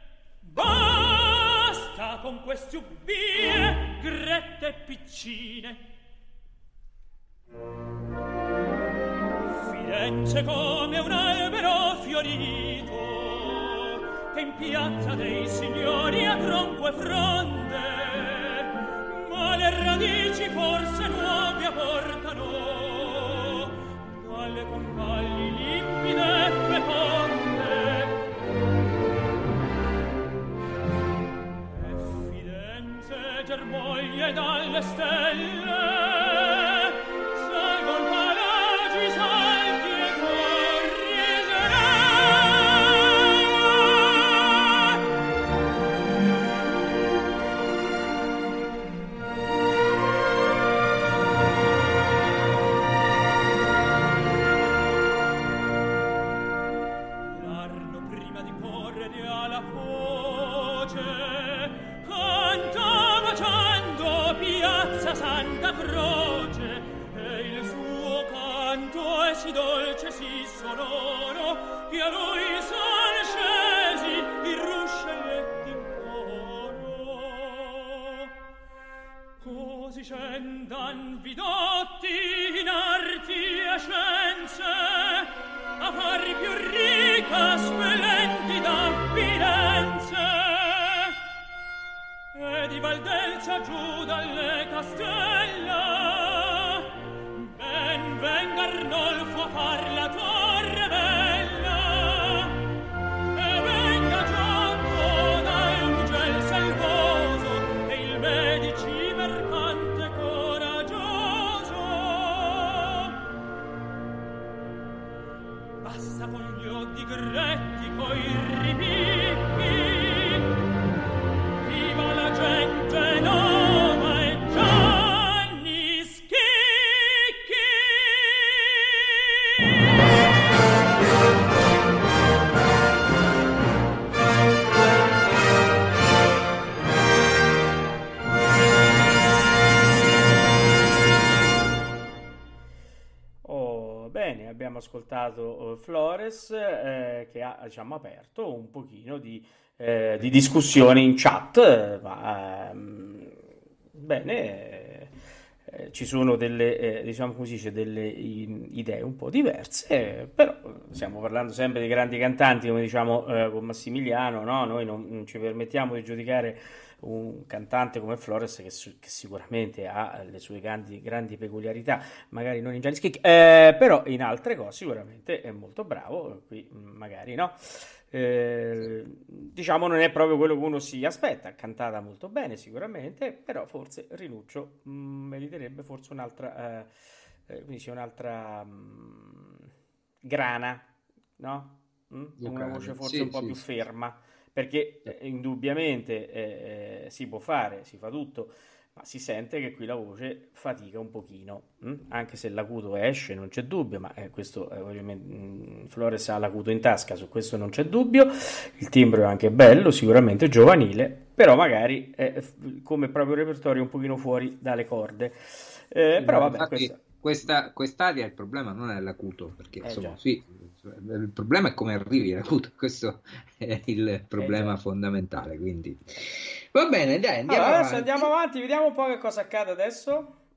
Basta con queste ubbie, grette e piccine. Firenze come un albero fiorito che in piazza dei signori ha tronco e fronde, ma le radici forse nuove apportano dalle convalli limpide e feconde. E Firenze germoglie dalle stelle, salgon palagi salti e l'arno prima di correre alla foce canta baciando piazza Santa Croce, e il suo canto è sì dolce e sì sonoro che a lui son scesi i ruscelletti in coro. Così scendan vidotti in arti e scienze a far più ricca splendida Firenze, e di Valdelsa giù dalle castella ben venga Arnolfo a far la torre bella, e venga Giotto dal Mugel selvoso e il Medici mercante coraggioso. Basta con gli oddi gretti coi ripicchi, viva la gente nova e Gianni Schicchi. Oh, bene, abbiamo ascoltato eh, Flores eh, che ha, diciamo, aperto un pochino di, eh, di discussione in chat, eh, ma ehm, bene, eh, eh, ci sono delle, eh, diciamo come si dice, delle i- idee un po' diverse, eh, però stiamo parlando sempre di grandi cantanti, come diciamo eh, con Massimiliano, no? Noi non, non ci permettiamo di giudicare un cantante come Flores che, su- che sicuramente ha le sue grandi, grandi peculiarità, magari non in Gianni Schicchi, eh, però in altre cose sicuramente è molto bravo, qui mh, magari no. Eh, diciamo non è proprio quello che uno si aspetta, cantata molto bene sicuramente, però forse Rinuccio mh, meriterebbe forse un'altra, eh, eh, come dice, un'altra mh, grana, no? Mm? Una Vocale. voce forse Sì, un po' sì, più sì. ferma, perché eh, indubbiamente eh, eh, si può fare, si fa tutto, ma si sente che qui la voce fatica un pochino, mm? Anche se l'acuto esce, non c'è dubbio, ma eh, questo eh, ovviamente, mm, Flores ha l'acuto in tasca, su questo non c'è dubbio, il timbro è anche bello, sicuramente giovanile, però magari è f- come proprio repertorio un pochino fuori dalle corde. Eh, Sì, però ma vabbè, infatti questa... questa, quest'aria il problema non è l'acuto, perché Eh insomma già, sì, il problema è come arrivi all'acuto, questo è il eh problema già. fondamentale, quindi va bene, dai, andiamo Allora, adesso andiamo avanti. avanti, vediamo un po' che cosa accade adesso.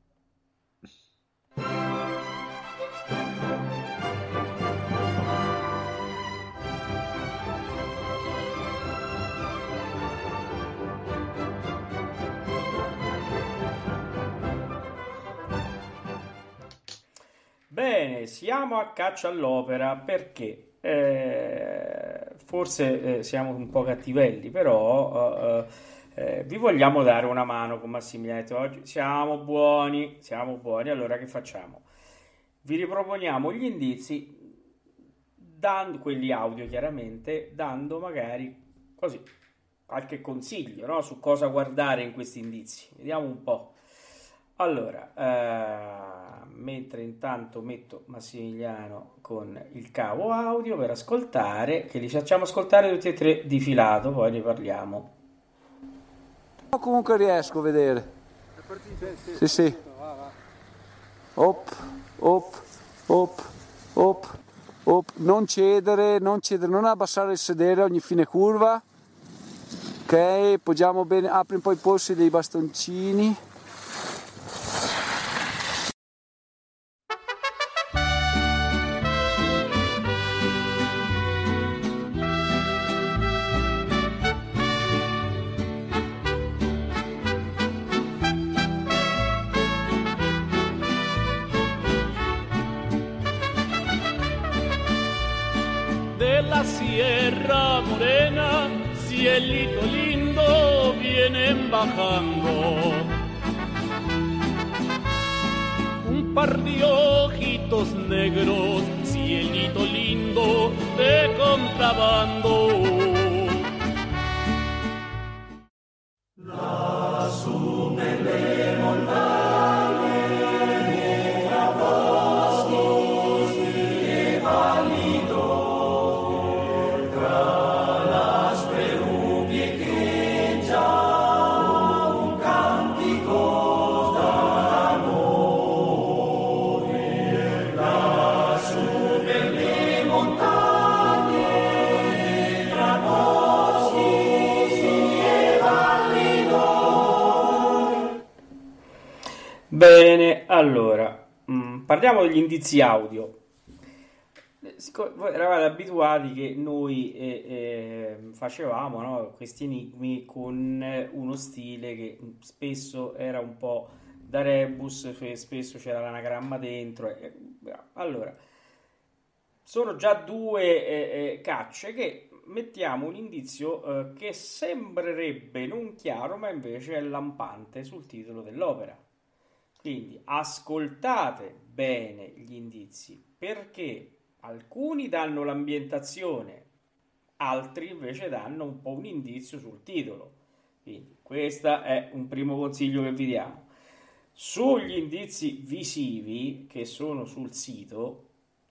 Bene, siamo a Caccia all'Opera perché eh, forse eh, siamo un po' cattivelli, però eh, eh, vi vogliamo dare una mano con Massimiliano. Oggi siamo buoni, siamo buoni. Allora che facciamo? Vi riproponiamo gli indizi, dando quelli audio chiaramente, dando magari così qualche consiglio, no? Su cosa guardare in questi indizi. Vediamo un po'. Allora, eh, mentre intanto metto Massimiliano con il cavo audio per ascoltare, che li facciamo ascoltare tutti e tre di filato, poi ne parliamo. Comunque riesco a vedere. Sì, sì. Op, op, op, op, op. Non cedere, non cedere, non abbassare il sedere ogni fine curva. Ok, poggiamo bene, apri un po' i polsi dei bastoncini. La Sierra Morena, cielito lindo, vienen bajando. Un par de ojitos negros, cielito lindo, de contrabando. Lassù nelle montagne, fra boschi e valli d'oro. Bene, allora, mh, parliamo degli indizi audio. Siccome voi eravate abituati che noi eh, eh, facevamo, no, questi enigmi con uno stile che spesso era un po' da rebus, spesso c'era l'anagramma dentro. Eh, allora, sono già due eh, eh, cacce che mettiamo un indizio eh, che sembrerebbe non chiaro, ma invece è lampante sul titolo dell'opera. Quindi ascoltate bene gli indizi, perché alcuni danno l'ambientazione, altri invece danno un po' un indizio sul titolo. Quindi questo è un primo consiglio che vi diamo. Sugli indizi visivi che sono sul sito,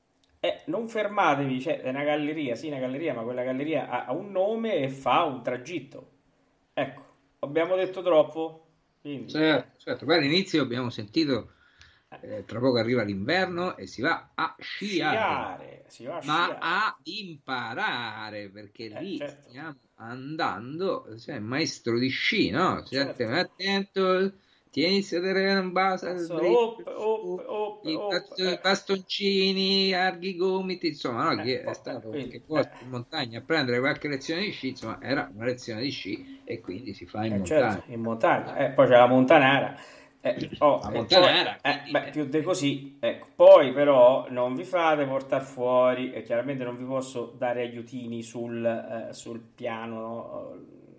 eh, non fermatevi, c'è una galleria, sì una galleria, ma quella galleria ha, ha un nome e fa un tragitto. Ecco, abbiamo detto troppo? Quindi, certo, certo. Poi all'inizio abbiamo sentito eh, tra poco arriva l'inverno e si va a sciare, sciare si va a ma sciare. a imparare, perché Eh, lì certo. stiamo andando, cioè maestro di sci, no? Cioè, Certo. attento, tieni il sedere in base al Adesso, dritto, op, op, op, i op, bast- eh. bastoncini, arghi i gomiti, insomma, no? Eh, Chi è po- stato quindi, qualche volta eh. in montagna a prendere qualche lezione di sci, insomma, era una lezione di sci e quindi si fa in Eh, montagna. certo, in montagna. Eh, poi c'è la montanara. Eh, oh, La e montanara, poi- eh, quindi, beh, eh. più di così. Ecco. Poi però non vi fate portare fuori, e chiaramente non vi posso dare aiutini sul, eh, sul piano, no,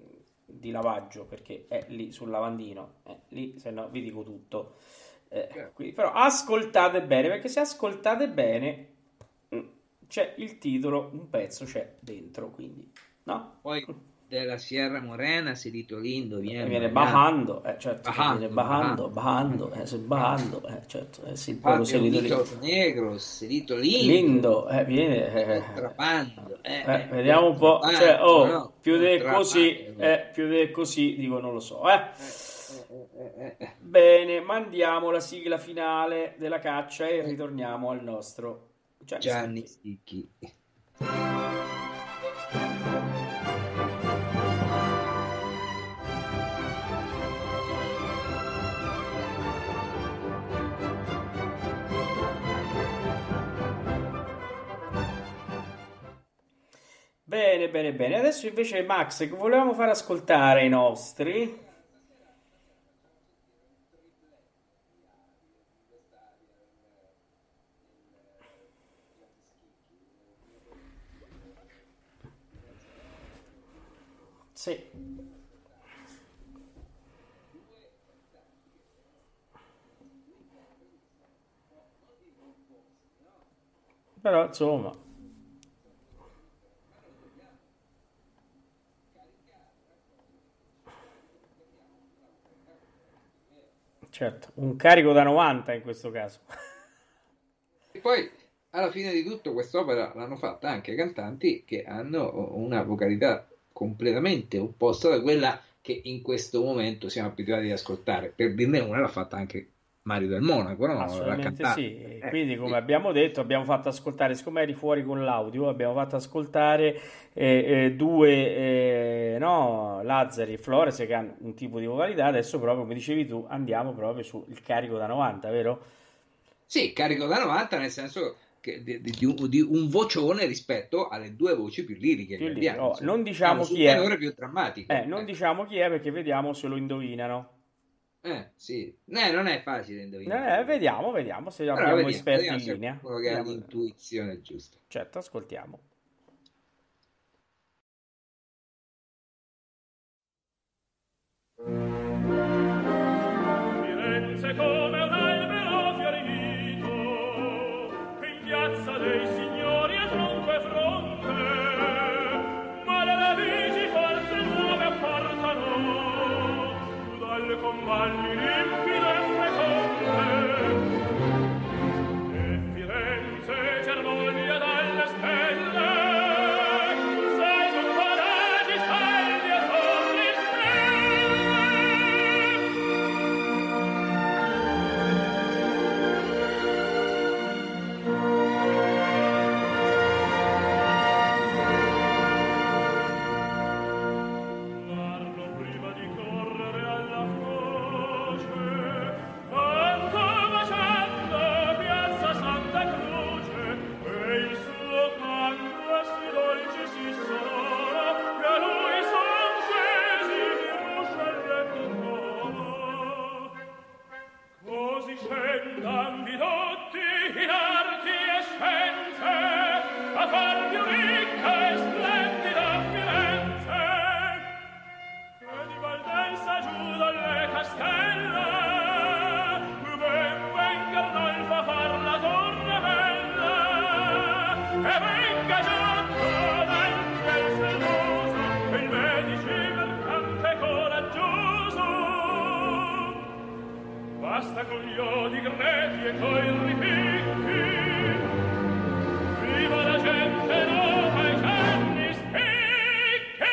di lavaggio, perché è lì sul lavandino. Eh, lì, se no, vi dico tutto. Eh, Certo. quindi, però ascoltate bene, perché se ascoltate bene mh, c'è il titolo, un pezzo c'è dentro, quindi no? Poi della Sierra Morena, Sedito Lindo, viene, Viene bajando. bajando, eh, certo, che Bajando, viene bajando, bajando. bajando, eh, se bajando, eh, certo, eh, sì, il proprio Infatti, sedito Ojitos lindo. Negros, Sedito Lindo, Lindo, eh, viene, eh, contrabbando, eh, eh, eh, vediamo un po', cioè, contrabbando, oh, no? più di Contrabbando. così, eh, più di così, dico, non lo so, eh. Eh, eh, eh, eh. Bene, mandiamo la sigla finale della caccia e ritorniamo al nostro Gianni Gianni Sticchi. Sticchi. Bene, bene, bene. Adesso invece Max, che volevamo far ascoltare ai nostri. Sì. Però insomma, certo, un carico da novanta in questo caso. E poi alla fine di tutto quest'opera l'hanno fatta anche cantanti che hanno una vocalità completamente opposta da quella che in questo momento siamo abituati ad ascoltare. Per dirne una, l'ha fatta anche Mario Del Monaco, no? L'ha Assolutamente cantata. sì. E Eh, quindi, come sì. abbiamo detto, abbiamo fatto ascoltare, siccome eri fuori con l'audio, abbiamo fatto ascoltare eh, eh, due eh, no, Lazzari e Flores che hanno un tipo di vocalità. Adesso, proprio come dicevi tu, andiamo proprio sul carico da novanta, vero? Sì, carico da novanta nel senso che di, di- di un, di un vocione rispetto alle due voci più liriche Più che lì. abbiamo. Oh, Insomma, non siamo diciamo sul chi è. tenore più drammatico. Eh, non Eh, diciamo chi è perché vediamo se lo indovinano. eh, sì. Eh, non è facile Eh, indovinare. vediamo, vediamo se Però abbiamo vediamo, esperti vediamo in se è linea. uno che ha Vediamo. l'intuizione giusta. Certo, ascoltiamo. Firenze come un albero fiorito, che in piazza dei signori è tronco e fronte, ma le radici forze nuove apportano, dalle convalli limpido e feconde. E Firenze germoglia dalle stelle, salgono paraggi saldi e torri stelle. Guardo prima di correre alla foce, tanto baciando piazza Santa Croce, e il suo canto è sì dolce, sì sonoro, che a lui son scesi di ruscelletto nuovo. Così scendan tutti in arti e scienze a far più ricca e splendida Firenze, e di Valdensa giù dalle castelle ben venga Arnolfo a far la torre bella, e venga Giotto dal fiel servoso, e il medici mercante coraggioso. Basta con gli odi greti e coi ripicchi, viva la gente nova e Gianni Schicchi!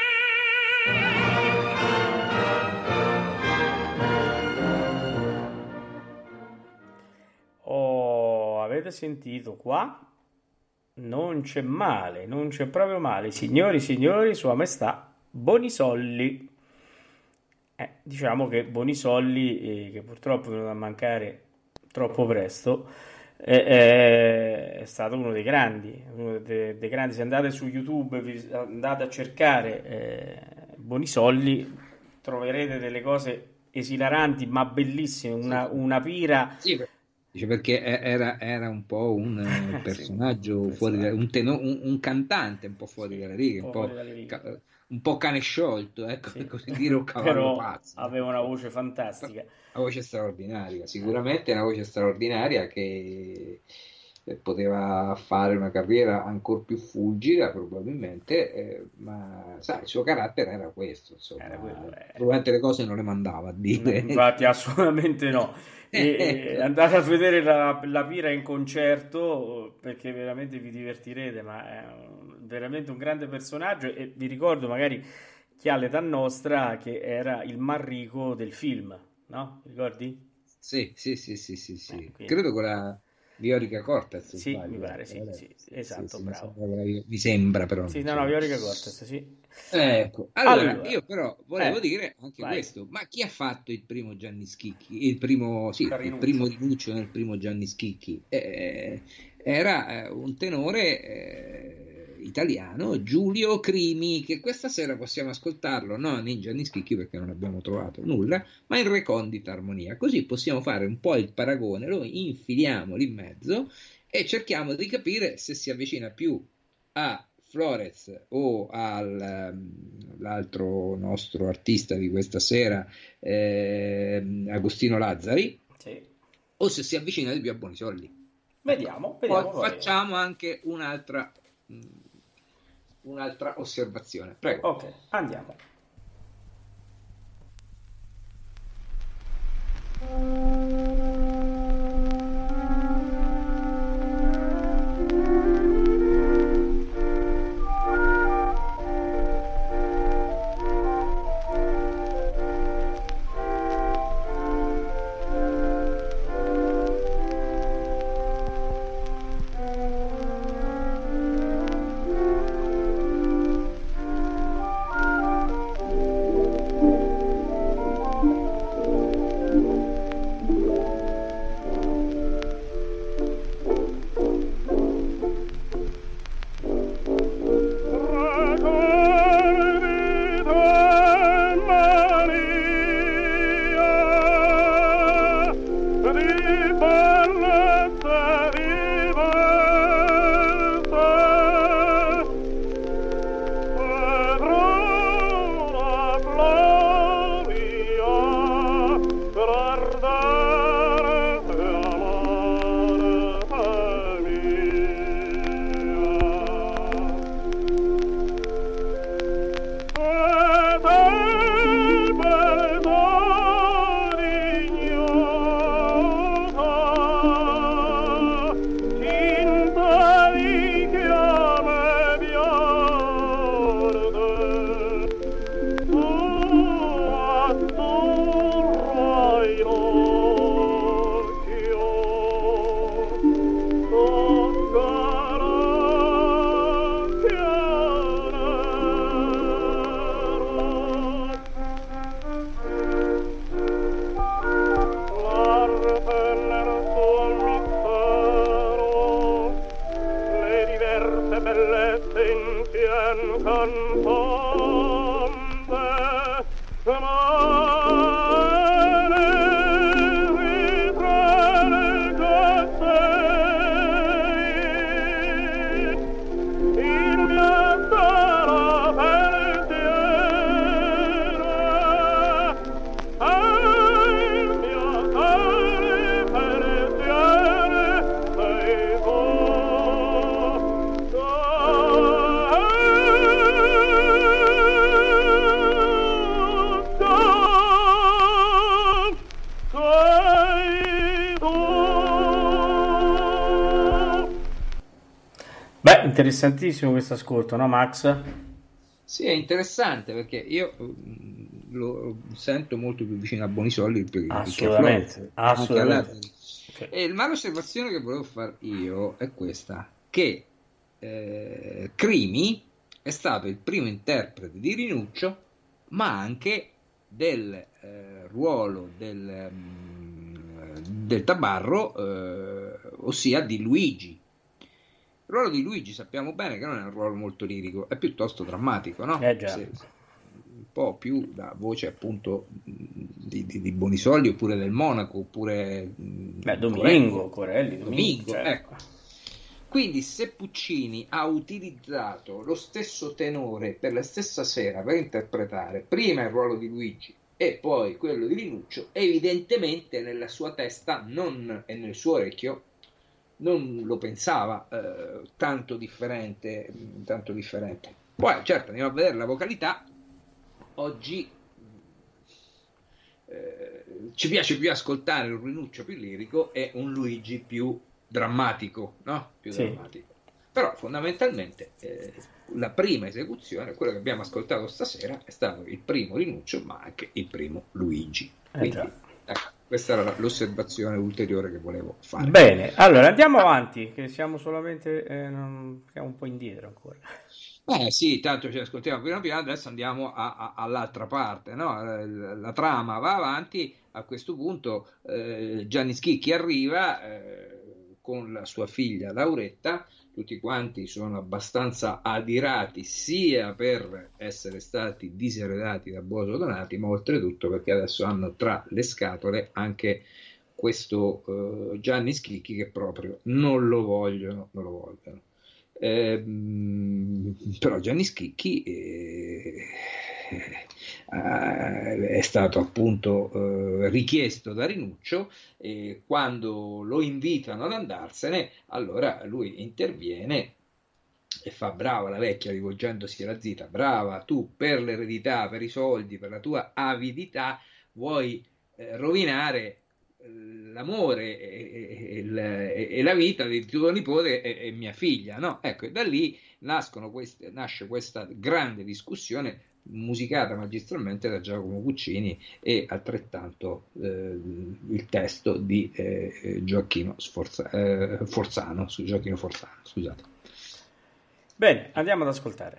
Oh, avete sentito qua? Non c'è male, non c'è proprio male. Signori, signori, Sua Maestà Bonisolli. Eh, diciamo che Bonisolli, eh, che purtroppo è venuto a mancare troppo presto, eh, eh, è stato uno dei grandi, uno dei, dei grandi. Se andate su YouTube, vi- andate a cercare eh, Bonisolli, troverete delle cose esilaranti ma bellissime, una, una pira. Sì, per- dice perché e- era, era un po' un eh, Sì, personaggio fuori, da- un, teno- un, un cantante un po' fuori sì, dalle righe, un un po' po', fuori dalle righe. ca- un po' cane sciolto, ecco, Sì. per così dire, un cavallo Però pazzo. aveva una voce fantastica. Una voce straordinaria, sicuramente una voce straordinaria che eh, poteva fare una carriera ancora più fulgida probabilmente, eh, ma sai, il suo carattere era questo, insomma, Era quello, eh. probabilmente le cose non le mandava a dire. Infatti, assolutamente no. E, e andate a vedere la, la Pira in concerto perché veramente vi divertirete, ma è un- veramente un grande personaggio. E vi ricordo, magari chi ha l'età nostra, che era il Manrico del film, no? Ricordi? Sì, sì, sì, sì, sì, sì. Eh, quindi- Credo con la Viorica Cortez, Sì, sbaglio, mi pare, sì, eh, sì, sì, esatto, sì, mi bravo. sembra che la- mi sembra però. Sì, non no, so. no, Viorica Cortes, sì. Ecco, allora, Allora, io però volevo eh, dire anche vai. questo, ma chi ha fatto il primo Gianni Schicchi? Il primo, sì, il Carrinuccio. primo Rinuccio nel primo Gianni Schicchi? Eh, era eh, un tenore eh, italiano, Giulio Crimi, che questa sera possiamo ascoltarlo non in Gianni Schicchi perché non abbiamo trovato nulla, ma in recondita armonia, così possiamo fare un po' il paragone, lo infiliamo lì in mezzo e cerchiamo di capire se si avvicina più a Flores o all'altro nostro artista di questa sera, eh, Agostino Lazzari, Sì. o se si avvicina di più a Bonisolli. Vediamo, vediamo. Poi facciamo anche un'altra, mh, un'altra osservazione. Prego. Ok, andiamo. Interessantissimo questo ascolto, no Max? Sì, è interessante perché io mh, lo sento molto più vicino a Bonisolli. Assolutamente, assolutamente. Okay. E la osservazione che volevo fare io è questa, che eh, Crimi è stato il primo interprete di Rinuccio, ma anche del eh, ruolo del, mh, del Tabarro, eh, ossia di Luigi. Il ruolo di Luigi sappiamo bene che non è un ruolo molto lirico, è piuttosto drammatico, no? Eh già. Se, un po' più da voce appunto di, di, di Bonisolli oppure del Monaco oppure Beh, Domingo, Corelli, Domingo, Domingo certo. Ecco. Quindi se Puccini ha utilizzato lo stesso tenore per la stessa sera per interpretare prima il ruolo di Luigi e poi quello di Rinuccio, evidentemente nella sua testa non, e nel suo orecchio non lo pensava eh, tanto differente, tanto differente. Poi certo andiamo a vedere la vocalità. Oggi eh, ci piace più ascoltare un Rinuccio più lirico e un Luigi più drammatico, no? Più sì. drammatico. Però fondamentalmente eh, la prima esecuzione, quella che abbiamo ascoltato stasera, è stato il primo Rinuccio ma anche il primo Luigi. Quindi, eh ecco, questa era l'osservazione ulteriore che volevo fare. Bene, allora andiamo avanti, che siamo solamente eh, non, siamo un po' indietro ancora. Eh sì, tanto ci ascoltiamo piano piano, adesso andiamo a, a, all'altra parte, no? La, la, la trama va avanti, a questo punto eh, Gianni Schicchi arriva eh, con la sua figlia Lauretta, tutti quanti sono abbastanza adirati sia per essere stati diseredati da Boso Donati, ma oltretutto perché adesso hanno tra le scatole anche questo uh, Gianni Schicchi che proprio non lo vogliono, non lo vogliono. Ehm, però Gianni Schicchi eh, eh, è stato appunto eh, richiesto da Rinuccio, e quando lo invitano ad andarsene, allora lui interviene e fa: brava la vecchia, rivolgendosi alla zita, brava tu, per l'eredità, per i soldi, per la tua avidità vuoi eh, rovinare l'amore e, e, e, e la vita di tuo nipote e, e mia figlia, no? Ecco, e da lì nascono queste, nasce questa grande discussione musicata magistralmente da Giacomo Puccini e altrettanto eh, il testo di eh, Gioacchino Sforza, eh, Forzano, su Gioacchino Forzano, scusate. Bene, andiamo ad ascoltare.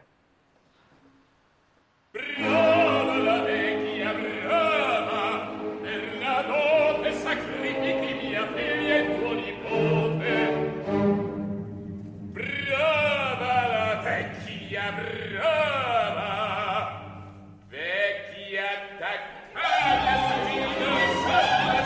Brava la vecchia, brava, per la dote sacrifichi mia figlia e tuo nipote. Brava la vecchia, brava, vecchia attaccata, spina, spina,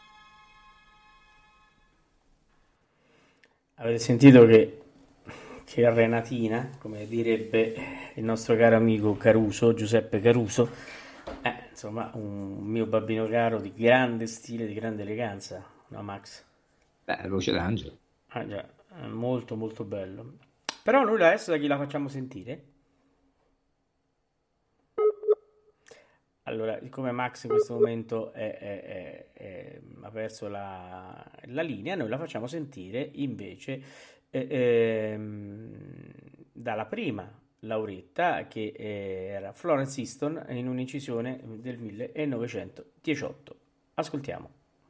Avete sentito che, che Renatina, come direbbe il nostro caro amico Caruso, Giuseppe Caruso, eh, insomma, un mio babbino caro di grande stile, di grande eleganza, no Max? Beh, Voce d'Angelo. Ah già, è molto molto bello. Però noi adesso da chi la facciamo sentire? Allora, siccome Max in questo momento è- è- è- è- ha perso la, la linea, noi la facciamo sentire invece eh, ehm, dalla prima Lauretta, che eh, era Florence Easton in un'incisione del millenovecentodiciotto. Ascoltiamo.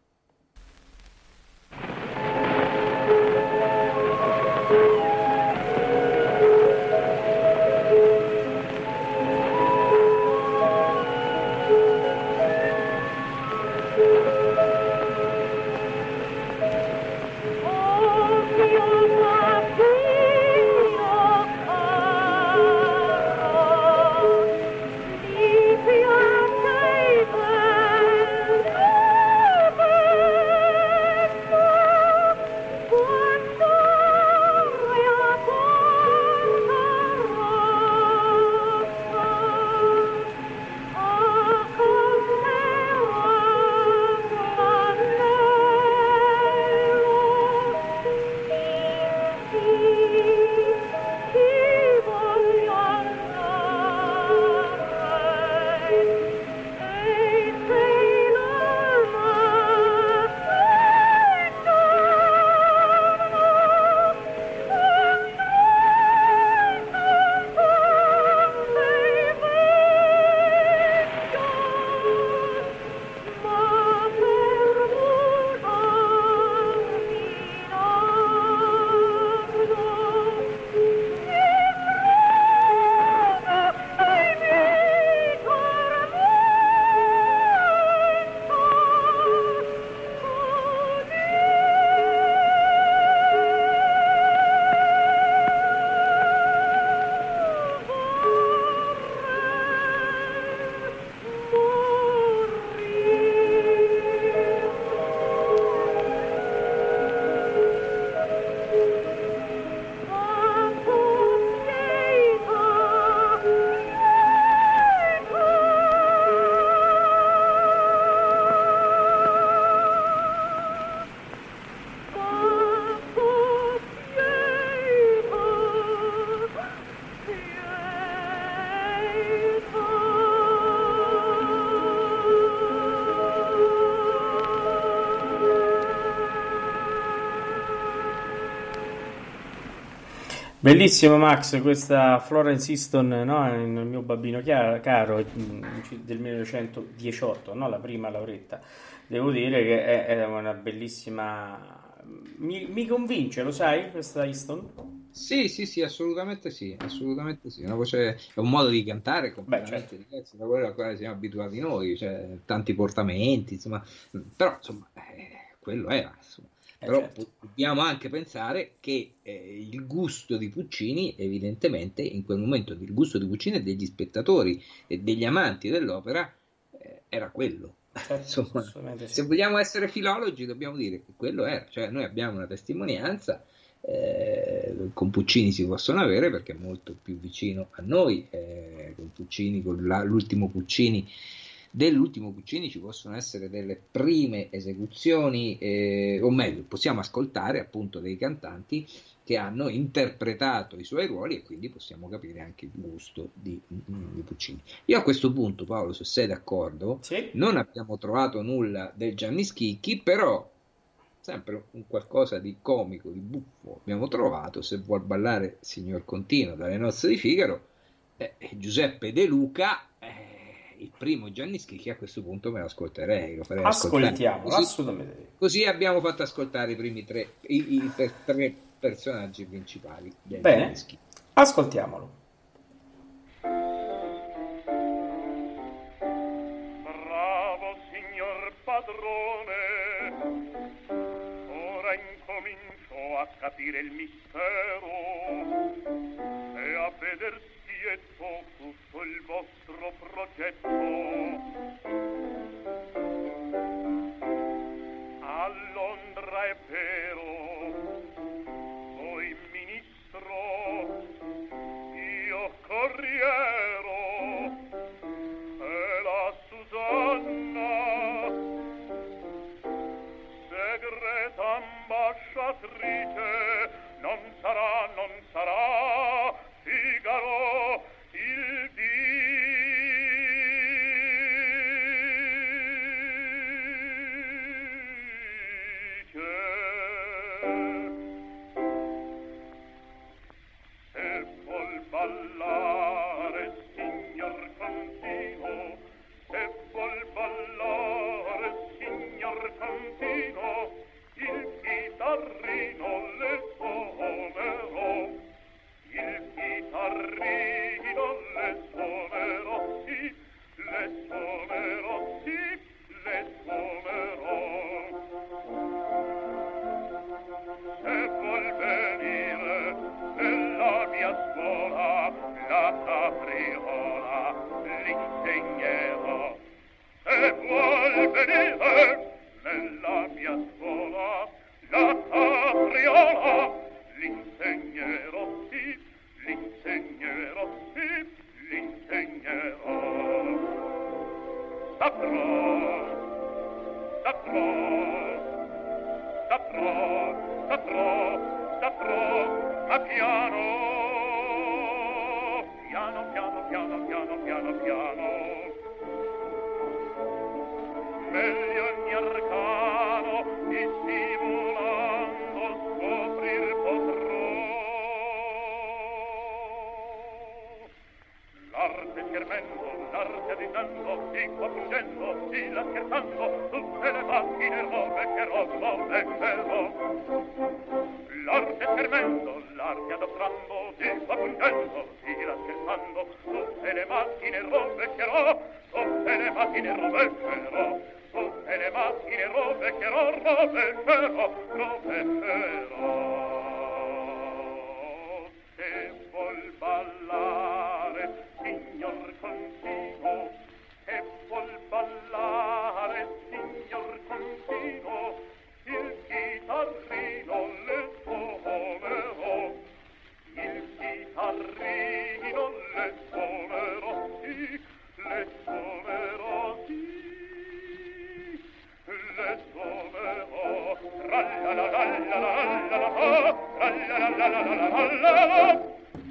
Bellissimo Max, questa Florence Easton, no? Il mio babbino chiaro- caro, del millenovecentodiciotto, no? La prima Lauretta. Devo dire che è, è una bellissima... Mi, mi convince, lo sai, questa Easton? Sì, sì, sì, assolutamente sì, assolutamente sì. Una voce, è un modo di cantare Beh, completamente certo. diverso da quello a cui siamo abituati noi, cioè tanti portamenti, insomma, però insomma, eh, quello era, insomma. Eh, Però certo. po- dobbiamo anche pensare che eh, il gusto di Puccini, evidentemente, in quel momento il gusto di Puccini e degli spettatori e degli amanti dell'opera eh, era quello. Certo, Insomma, assolutamente sì. se vogliamo essere filologi, dobbiamo dire che quello era, cioè noi abbiamo una testimonianza. Eh, con Puccini si possono avere perché è molto più vicino a noi, eh, con Puccini, con la- l'ultimo Puccini, dell'ultimo Puccini ci possono essere delle prime esecuzioni, eh, o meglio, possiamo ascoltare appunto dei cantanti che hanno interpretato i suoi ruoli e quindi possiamo capire anche il gusto di, di Puccini. Io a questo punto, Paolo, se sei d'accordo, Sì? non abbiamo trovato nulla del Gianni Schicchi, però sempre un qualcosa di comico, di buffo abbiamo trovato. Se vuol ballare Signor Contino dalle nozze di Figaro, eh, Giuseppe De Luca, eh, il primo Gianni Schicchi, a questo punto me lo ascolterei, lo farei ascoltare. Ascoltiamolo, Così, assolutamente. così abbiamo fatto ascoltare i primi tre, i, i per- tre personaggi principali del Bene, Gianni Schicchi. ascoltiamolo. Bravo signor padrone, ora incomincio a capire il mistero e a veder schietto tutto il vostro progetto. A Londra è vero, voi ministro ballare, signor Contino, se vuol ballare, signor Contino, il chitarrino le suonerò, il chitarrino le suonerò, sì, le suonerò, sì, le suonerò. Se vuol venire nella mia scuola la capriola l'insegnerò. Se vuol venire nella mia scuola la capriola l'insegnerò, sì, l'insegnerò, sì, l'insegnerò. Saprò, saprò, saprò, saprò, saprò, ma piano, piano, piano, piano, piano, piano, piano. Meglio ogni arcano, dissimulando, scoprir potrò. L'arte schermendo, l'arte avvisando, si qua fungendo, si la scherzando, tutte le macchine robe che robo beccherò. L'arte schermendo, l'arte adoprando, si qua fungendo, si la scherzando, tutte le macchine robe beccherò, tutte le macchine robe beccherò, tutte le macchine robe beccherò, robe beccherò, robe beccherò. Se vuol ballare, signor Contino, se vuol ballare, signor Contino, il chitarrino le suonerò, il chitarrino le suonerò, sì, le suonerò, sì, le suonerò, tra-la-la-la-la-la-la-la-la,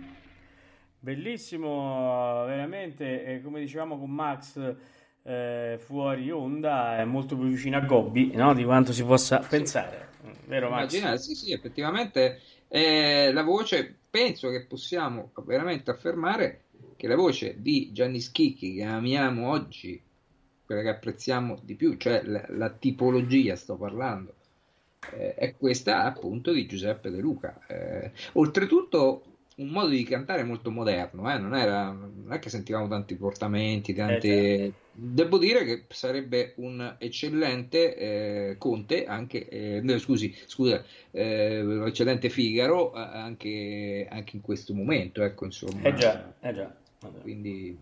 Bellissimo, veramente, eh, come dicevamo con Max eh, fuori onda, è molto più vicino a Gobbi, no? Di quanto si possa pensare, vero Max? Immaginate, sì, sì, effettivamente eh, la voce, penso che possiamo veramente affermare che la voce di Gianni Schicchi, che amiamo oggi, quella che apprezziamo di più, cioè la, la tipologia, sto parlando, eh, è questa appunto di Giuseppe De Luca. Eh, oltretutto un modo di cantare molto moderno, eh? Non era, non è che sentivamo tanti portamenti, tante... Eh, Devo dire che sarebbe un eccellente eh, Conte, anche, eh, no, scusi, scusa, eh, un eccellente Figaro, eh, anche, anche in questo momento, ecco, insomma. Eh già, eh già. Vabbè. Quindi,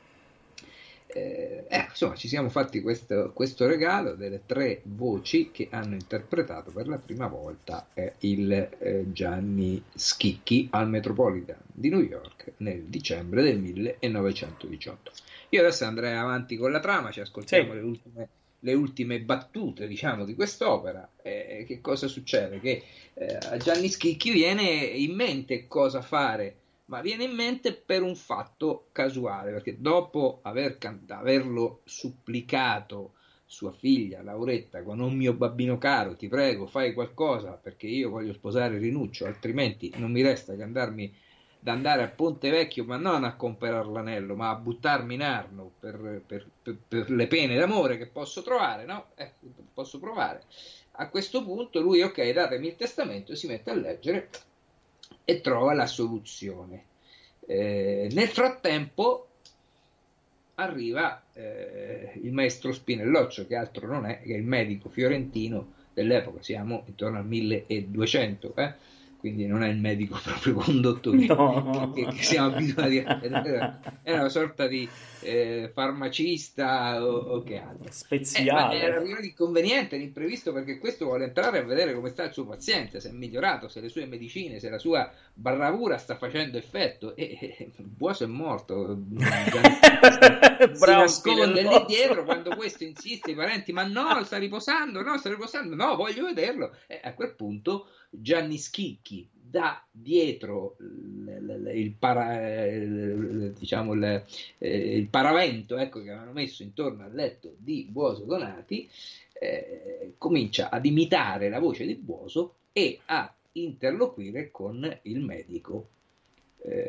eh, eh, insomma, ci siamo fatti questo, questo regalo delle tre voci che hanno interpretato per la prima volta eh, il eh, Gianni Schicchi al Metropolitan di New York nel dicembre del millenovecentodiciotto. Io adesso andrei avanti con la trama, ci ascoltiamo Sì. le ultime, le ultime battute, diciamo, di quest'opera. Eh, che cosa succede? Che eh, a Gianni Schicchi viene in mente cosa fare, ma viene in mente per un fatto casuale, perché dopo aver can- averlo supplicato sua figlia Lauretta con "Oh mio babbino caro, ti prego, fai qualcosa perché io voglio sposare Rinuccio, altrimenti non mi resta che andarmi da andare a Ponte Vecchio, ma non a comprare l'anello, ma a buttarmi in Arno per, per, per, per le pene d'amore che posso trovare, no? Eh, posso provare." A questo punto lui, ok, datemi il testamento, si mette a leggere e trova la soluzione. Eh, nel frattempo arriva eh, il maestro Spinelloccio, che altro non è che il medico fiorentino dell'epoca, siamo intorno al milleduecento, eh? Quindi non è il medico proprio condotto No. che, che siamo abituati a era, era una sorta di eh, farmacista o, o che altro. Speziale. Eh, ma era l'inconveniente, l'imprevisto, perché questo vuole entrare a vedere come sta il suo paziente, se è migliorato, se le sue medicine, se la sua bravura sta facendo effetto. E, e il Buoso è morto, si Bravo nasconde lì Spinelloccio. dietro quando questo insiste, i parenti, ma no, sta riposando, no, sta riposando, no, voglio vederlo. E a quel punto Gianni Schicchi da dietro il, il, para, il, diciamo il, il paravento, ecco, che avevano messo intorno al letto di Buoso Donati, eh, comincia ad imitare la voce di Buoso e a interloquire con il medico, eh,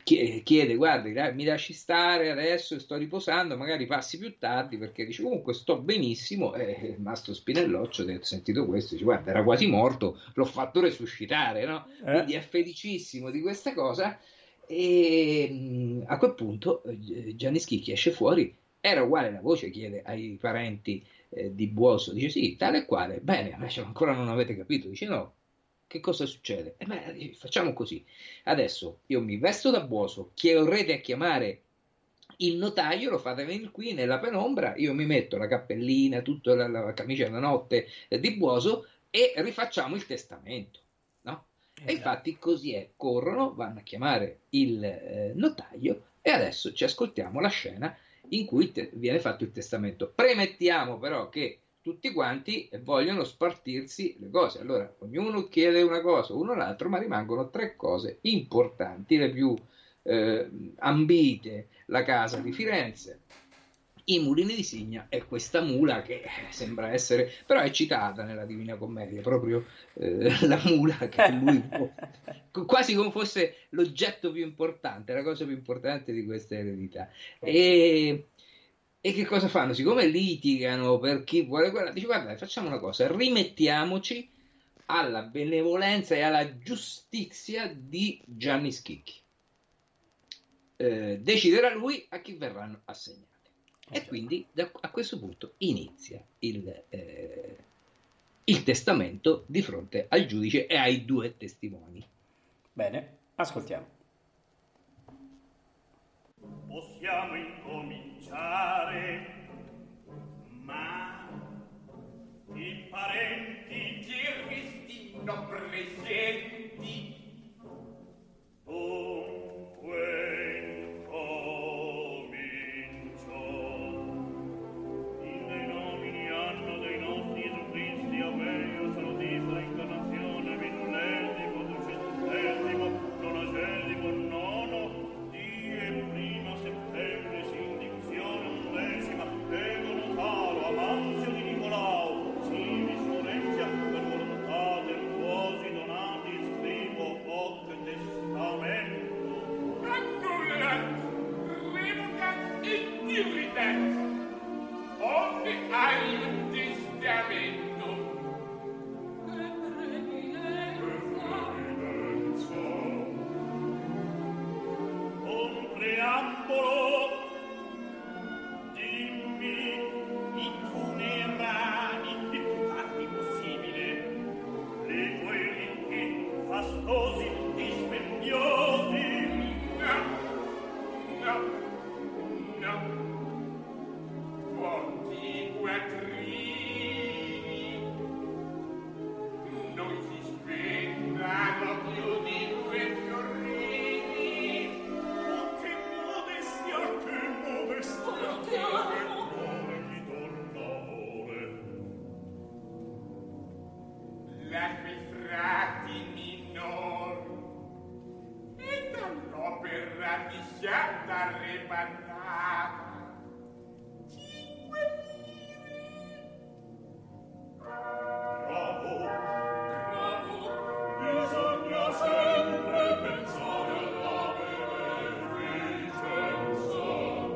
chiede, guardi, mi lasci stare adesso, sto riposando, magari passi più tardi, perché dice comunque sto benissimo. E Mastro Spinelloccio, che ha sentito questo, dice guarda, era quasi morto, l'ho fatto resuscitare, no? Eh? Quindi è felicissimo di questa cosa. E a quel punto Gianni Schicchi esce fuori, era uguale la voce, chiede ai parenti eh, di Buoso, dice sì, tale e quale, bene, ancora non avete capito, dice no. Che cosa succede? Eh beh, facciamo così. Adesso io mi vesto da Buoso, chiedete a chiamare il notaio, lo fate venire qui nella penombra, io mi metto la cappellina, tutta la, la camicia da notte eh, di Buoso e rifacciamo il testamento, no? Esatto. E infatti così è, corrono, vanno a chiamare il eh, notaio e adesso ci ascoltiamo la scena in cui te- viene fatto il testamento. Premettiamo però che tutti quanti vogliono spartirsi le cose, allora ognuno chiede una cosa, uno l'altro, ma rimangono tre cose importanti, le più eh, ambite: la casa di Firenze, i mulini di Signa e questa mula che sembra essere, però è citata nella Divina Commedia, proprio eh, la mula che lui quasi come fosse l'oggetto più importante, la cosa più importante di questa eredità. E E che cosa fanno? Siccome litigano per chi vuole quella, dice guarda, facciamo una cosa, rimettiamoci alla benevolenza e alla giustizia di Gianni Schicchi. Eh, deciderà lui a chi verranno assegnati. E quindi da, a questo punto inizia il, eh, il testamento di fronte al giudice e ai due testimoni. Bene, ascoltiamo. Possiamo incominciare, ma i parenti che restino presenti. Dunque incomincio. In dei nomini anno dei nostri Gesù Cristi, Avelio, salutissima incarnazione, millesimo, duecentesimo, nonagesimo, nono, die prima settembre, sindizione undecima, ego notaro, Amanzio di Nicolao, civi Florenzia, per volontà del quosi donati, scrivo hoc testamento. Annullat, revocat et diridet, onde alium testamento. Un preambolo, dimmi, in funerali imputati possibile, le tuoi ricchi, fastosi, dispendiosi. No, no, no. Forti quattrini, non si spendano più di due fiorini. Oh, che modestia, che modestia, che onore mi torna amore. La quei frati minor e dall'opera di sciatta reparata cinque lire. Bravo, Bravo, bisogna sempre pensare alla beneficenza.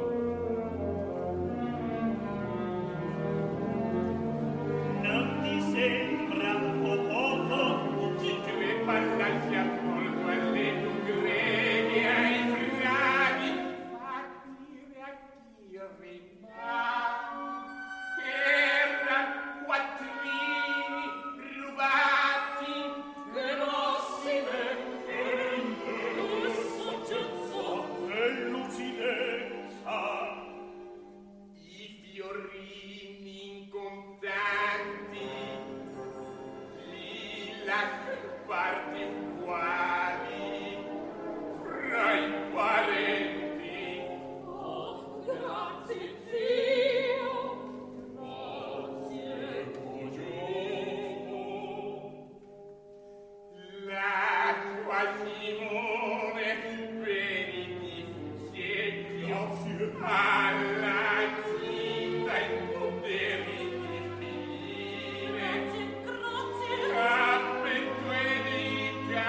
Non ti sembra un po' poco? chi deve parlarsi accolto alle gredi ai frati fatti a chi rimane per quattrini rubati che mossime Che saggezza, che lucidezza. i fiorini incontanti li lascio parti uguali fra i parenti. Oh, grazie, zio. Grazie. L'acqua a Simone veniti fuggenti alla cinta in poteri di finire. Grazie, grazie. Cappetto e dica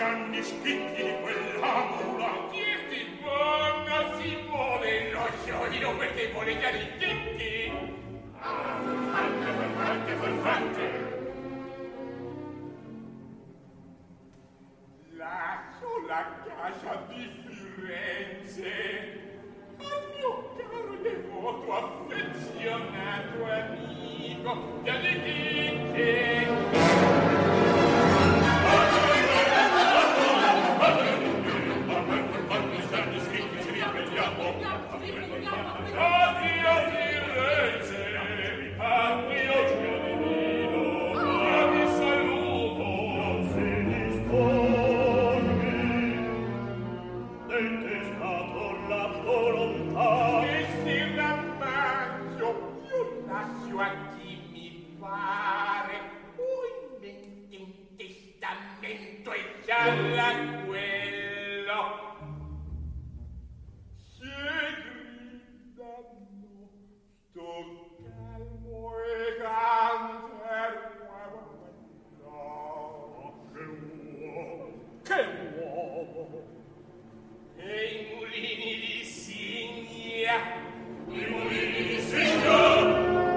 Gianni Schicchi di quella mula. Chiedi buona Simone, lo sciolino perché vuole Gianni Schicchi. Ah, furfante, furfante, furfante. Lascio la casa di Firenze al mio caro devoto affezionato amico Gianni Schicchi. Addio Firenze, addio Giannino, io vi saluto, non si distormi, del che è stato la volontà, e si rammazzo, io lascio a chi mi pare, o in mente un testamento e già la quello. Sto calmo e canter, no, che uomo, che uomo! E i mulini di Signia, i mulini di Signia,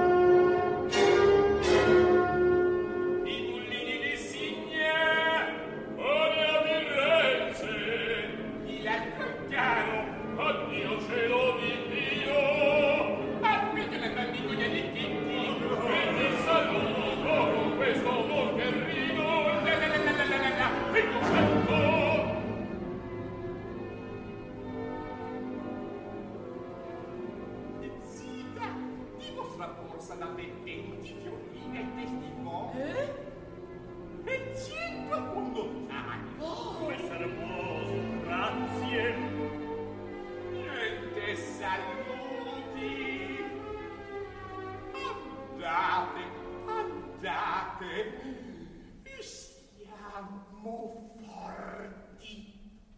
i mulini di Signia, ore a Firenze, il Latticano, addio cielo di Dio. Amico Gianni Schicchi, e ti saluto con questo amor che rido, la la la la la la la, e tu canto. Zita, di vostra borsa da venti fiorine e testimoni, eh? E cento condottani. Oh, come servoso, grazie. Niente saluti. Andate, andate, e siamo forti.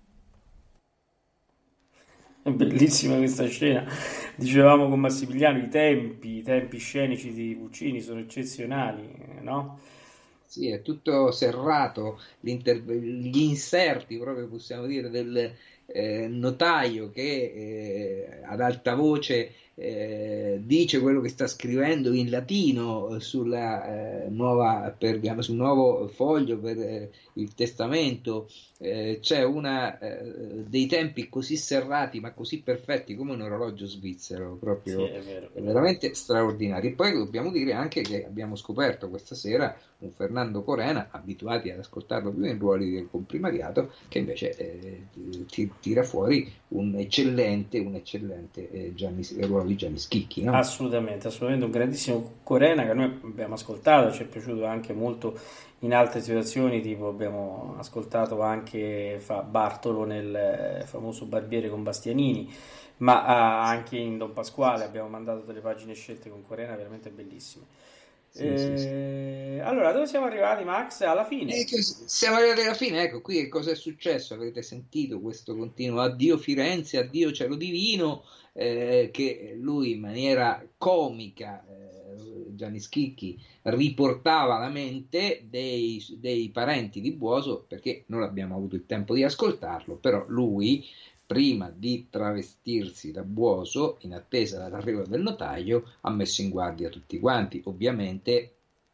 È bellissima questa scena. Dicevamo con Massimiliano, i tempi, i tempi scenici di Puccini sono eccezionali, no? Sì, è tutto serrato, gli inserti, proprio possiamo dire, del eh, notaio che eh, ad alta voce Eh, dice quello che sta scrivendo in latino sulla eh, nuova pergamo, sul nuovo foglio per eh, il testamento. Eh, c'è una eh, dei tempi così serrati ma così perfetti come un orologio svizzero, proprio sì, è vero, è veramente straordinari. E poi dobbiamo dire anche che abbiamo scoperto questa sera un Fernando Corena, abituati ad ascoltarlo più in ruoli del comprimariato, che invece eh, ti, tira fuori un eccellente un eccellente eh, Gianni, ruolo di Gianni Schicchi, no? Assolutamente, assolutamente un grandissimo Corena che noi abbiamo ascoltato, ci è piaciuto anche molto in altre situazioni, tipo abbiamo ascoltato anche fa Bartolo nel famoso Barbiere con Bastianini, ma anche in Don Pasquale abbiamo mandato delle pagine scelte con Corena veramente bellissime. Sì, eh, sì, sì. Allora, dove siamo arrivati, Max? Alla fine? Eh, siamo arrivati alla fine, ecco qui che cosa è successo. Avete sentito questo continuo addio Firenze, addio cielo divino, eh, che lui in maniera comica, eh, Gianni Schicchi, riportava alla mente dei, dei parenti di Buoso, perché non abbiamo avuto il tempo di ascoltarlo, però lui, prima di travestirsi da Buoso, in attesa dell'arrivo del notaio, ha messo in guardia tutti quanti, ovviamente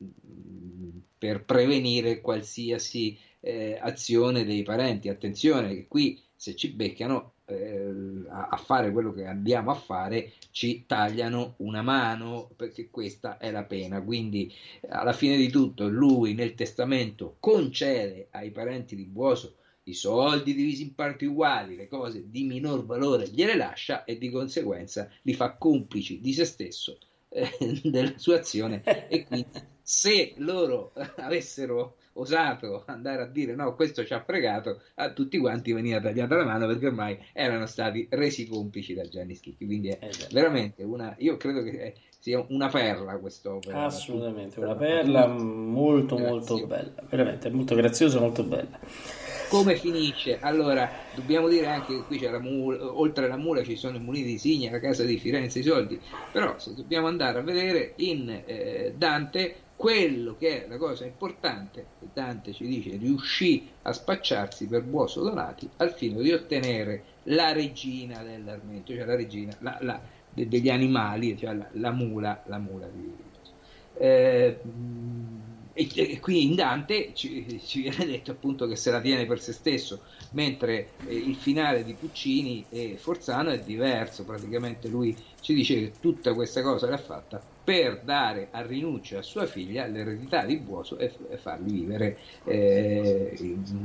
per prevenire qualsiasi eh, azione dei parenti. Attenzione che qui, se ci beccano eh, a, a fare quello che andiamo a fare, ci tagliano una mano, perché questa è la pena. Quindi alla fine di tutto lui nel testamento concede ai parenti di Buoso i soldi divisi in parti uguali, le cose di minor valore gliele lascia e di conseguenza li fa complici di se stesso eh, della sua azione. E quindi se loro avessero osato andare a dire no, questo ci ha fregato, a tutti quanti veniva tagliata la mano, perché ormai erano stati resi complici da Gianni Schicchi. Quindi è esatto. veramente una, io credo che sia una perla quest'opera. Assolutamente, una perla molto molto bella, veramente molto graziosa, molto bella. come finisce? Allora, dobbiamo dire anche che qui c'è la mula, oltre alla mula ci sono i mulini di Signa, la casa di Firenze, i soldi, però se dobbiamo andare a vedere in eh, Dante, quello che è la cosa importante, Dante ci dice, riuscì a spacciarsi per Buoso Donati al fine di ottenere la regina dell'armento, cioè la regina la, la, de, degli animali, cioè la, la mula, la mula di eh, e, e qui in Dante ci, ci viene detto appunto che se la tiene per se stesso, mentre eh, il finale di Puccini e Forzano è diverso, praticamente lui ci dice che tutta questa cosa l'ha fatta per dare a Rinuccio e a sua figlia l'eredità di Buoso e, e farli vivere eh,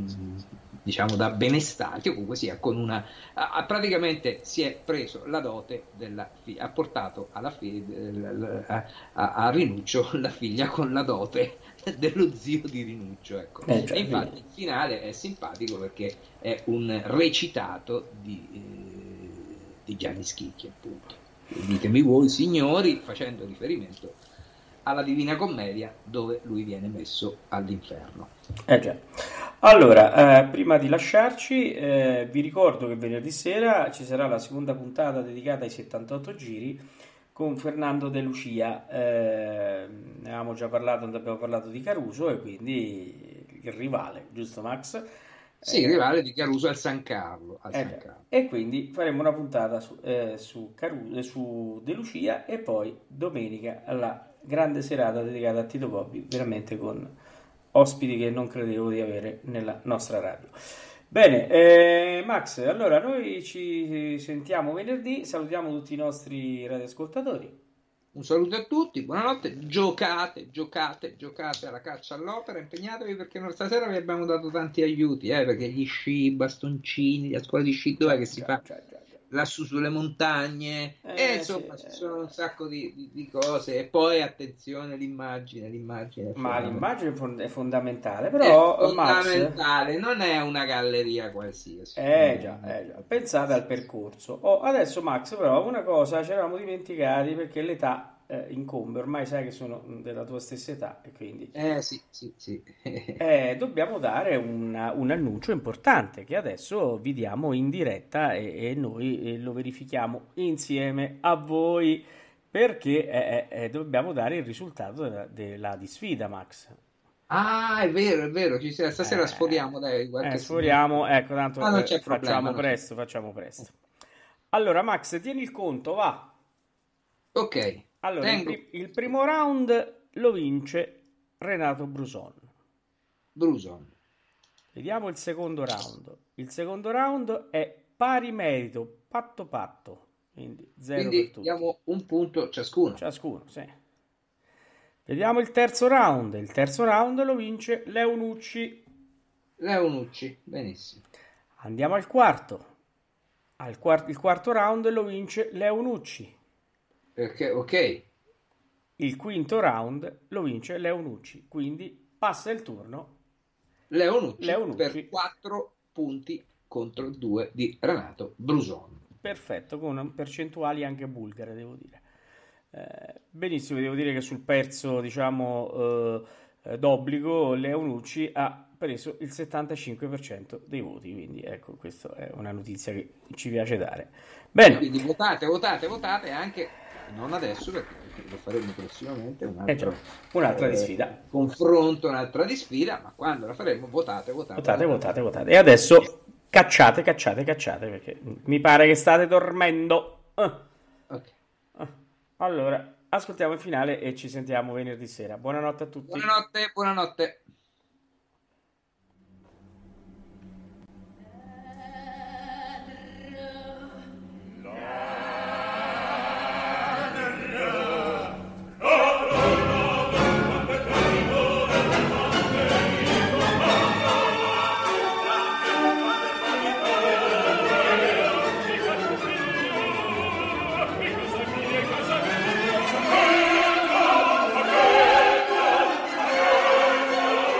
diciamo da benestanti, o comunque sia con una ha, praticamente si è preso la dote della figlia, ha portato alla figlia a, a, a Rinuccio la figlia con la dote dello zio di Rinuccio, ecco. Eh, cioè, e infatti il finale è simpatico perché è un recitato di, eh, di Gianni Schicchi, appunto. Ditemi voi, signori, facendo riferimento alla Divina Commedia, dove lui viene messo all'inferno. Eh già. Allora, eh, prima di lasciarci, eh, vi ricordo che venerdì sera ci sarà la seconda puntata dedicata ai settantotto giri con Fernando De Lucia. Eh, ne avevamo già parlato, abbiamo parlato di Caruso e quindi il rivale, giusto Max? Sì, il rivale di Caruso al San Carlo. Al Eh, San Carlo. e quindi faremo una puntata su, eh, su, Caruso, su De Lucia e poi domenica alla grande serata dedicata a Tito Gobbi, veramente con ospiti che non credevo di avere nella nostra radio. Bene, eh, Max, allora noi ci sentiamo venerdì, salutiamo tutti i nostri radioascoltatori. Un saluto a tutti, buonanotte, giocate, giocate, giocate alla caccia all'opera, impegnatevi perché noi stasera vi abbiamo dato tanti aiuti, eh, perché gli sci, i bastoncini, la scuola di sci dov'è che si fa? Già, già, già. Lassù sulle montagne, Eh, e insomma sì, ci eh. sono un sacco di, di, di cose, e poi attenzione l'immagine, l'immagine è Ma fondamentale. l'immagine è fond- è fondamentale, però è Max, fondamentale, non è una galleria qualsiasi. eh già, eh già, pensate al percorso. Oh, adesso Max, però una cosa ci eravamo dimenticati perché l'età eh, incombe, ormai sai che sono della tua stessa età e quindi Eh sì, sì, sì. eh, dobbiamo dare una- un annuncio importante che adesso vi diamo in diretta e, e noi eh, lo verifichiamo insieme a voi perché eh, eh, eh, dobbiamo dare il risultato della, della disfida, Max. Ah, è vero, è vero, ci sia- stasera Eh, sforiamo, dai, qualche eh, sforiamo, ecco, tanto Ah, non eh, c'è problema, facciamo non c'è. presto, facciamo presto. Allora, Max, tieni il conto, va. Ok, Allora, il, tengo pri- il primo round lo vince Renato Bruson. Bruson. Vediamo il secondo round. Il secondo round è pari merito, patto patto, quindi zero Quindi per tutti. diamo un punto ciascuno. Ciascuno, sì. Vediamo il terzo round. Il terzo round lo vince Leunucci. Leonucci, benissimo. Andiamo al quarto. Al quart- il quarto round lo vince Leunucci. Perché, ok, Il quinto round lo vince Leunucci. Quindi passa il turno. Leonucci, Leonucci. per quattro punti contro due di Renato Bruson. Perfetto, con percentuali anche bulgare, devo dire. Eh, benissimo, devo dire che sul pezzo, diciamo, eh, eh, d'obbligo, Leonucci ha preso il settantacinque per cento dei voti, quindi ecco, questa è una notizia che ci piace dare. Bene, Quindi votate, votate, votate anche, non adesso perché lo faremo prossimamente, un altro eh già, un'altra eh, di sfida. confronto, un'altra di sfida, ma quando la faremo votate, votate. Votate, votate, votate. E adesso cacciate, cacciate, cacciate, perché mi pare che state dormendo. Ah. Ok. Allora, ascoltiamo il finale e ci sentiamo venerdì sera. Buonanotte a tutti. Buonanotte, buonanotte. Cosa mia, cosa mia,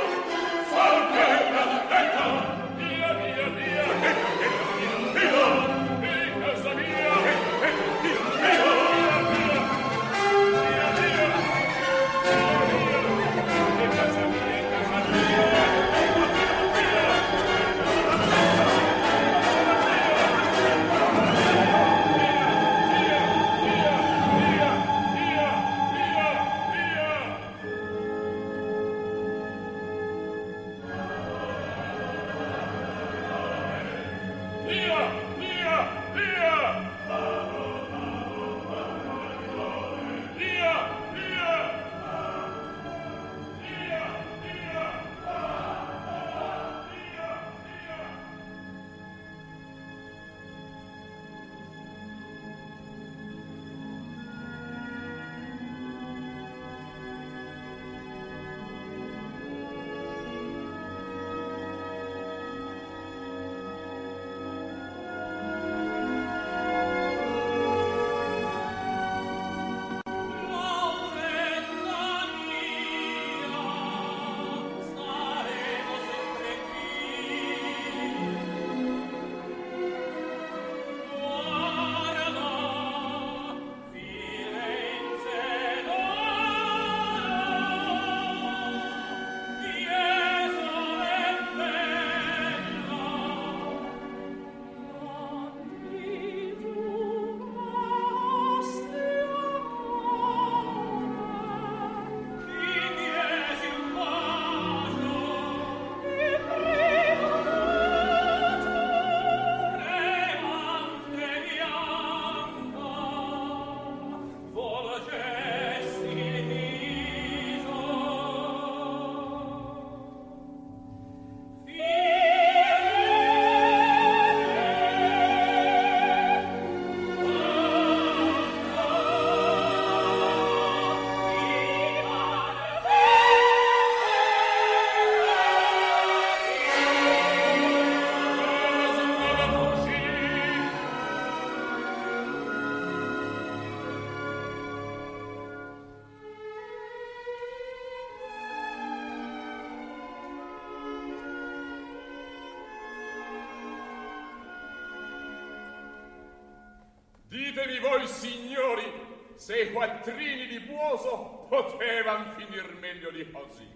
ditemi voi, signori, se i quattrini di Buoso potevan finir meglio di così.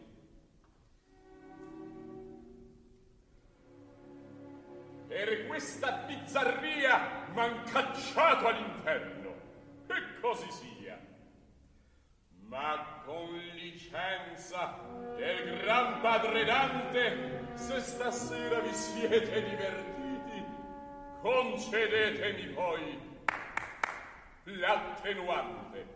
Per questa bizzarria m'han cacciato all'inferno, e così sia. Ma con licenza del gran padre Dante, se stasera vi siete divertiti, concedetemi voi l'attenuante.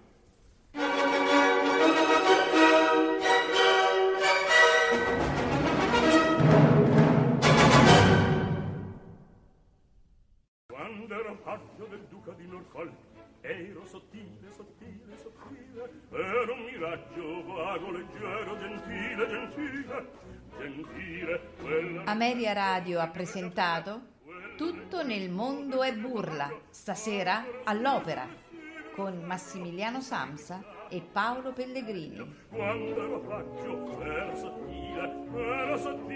Quando ero paggio del duca di Norfolk, ero sottile, sottile, sottile, ero un miraggio vago, leggero, gentile, gentile, gentile, quella... Ameria Radio ha presentato Tutto nel mondo è burla, stasera all'Opera, con Massimiliano Samsa e Paolo Pellegrini. Quando ero paggio, ero sottile, ero sottile,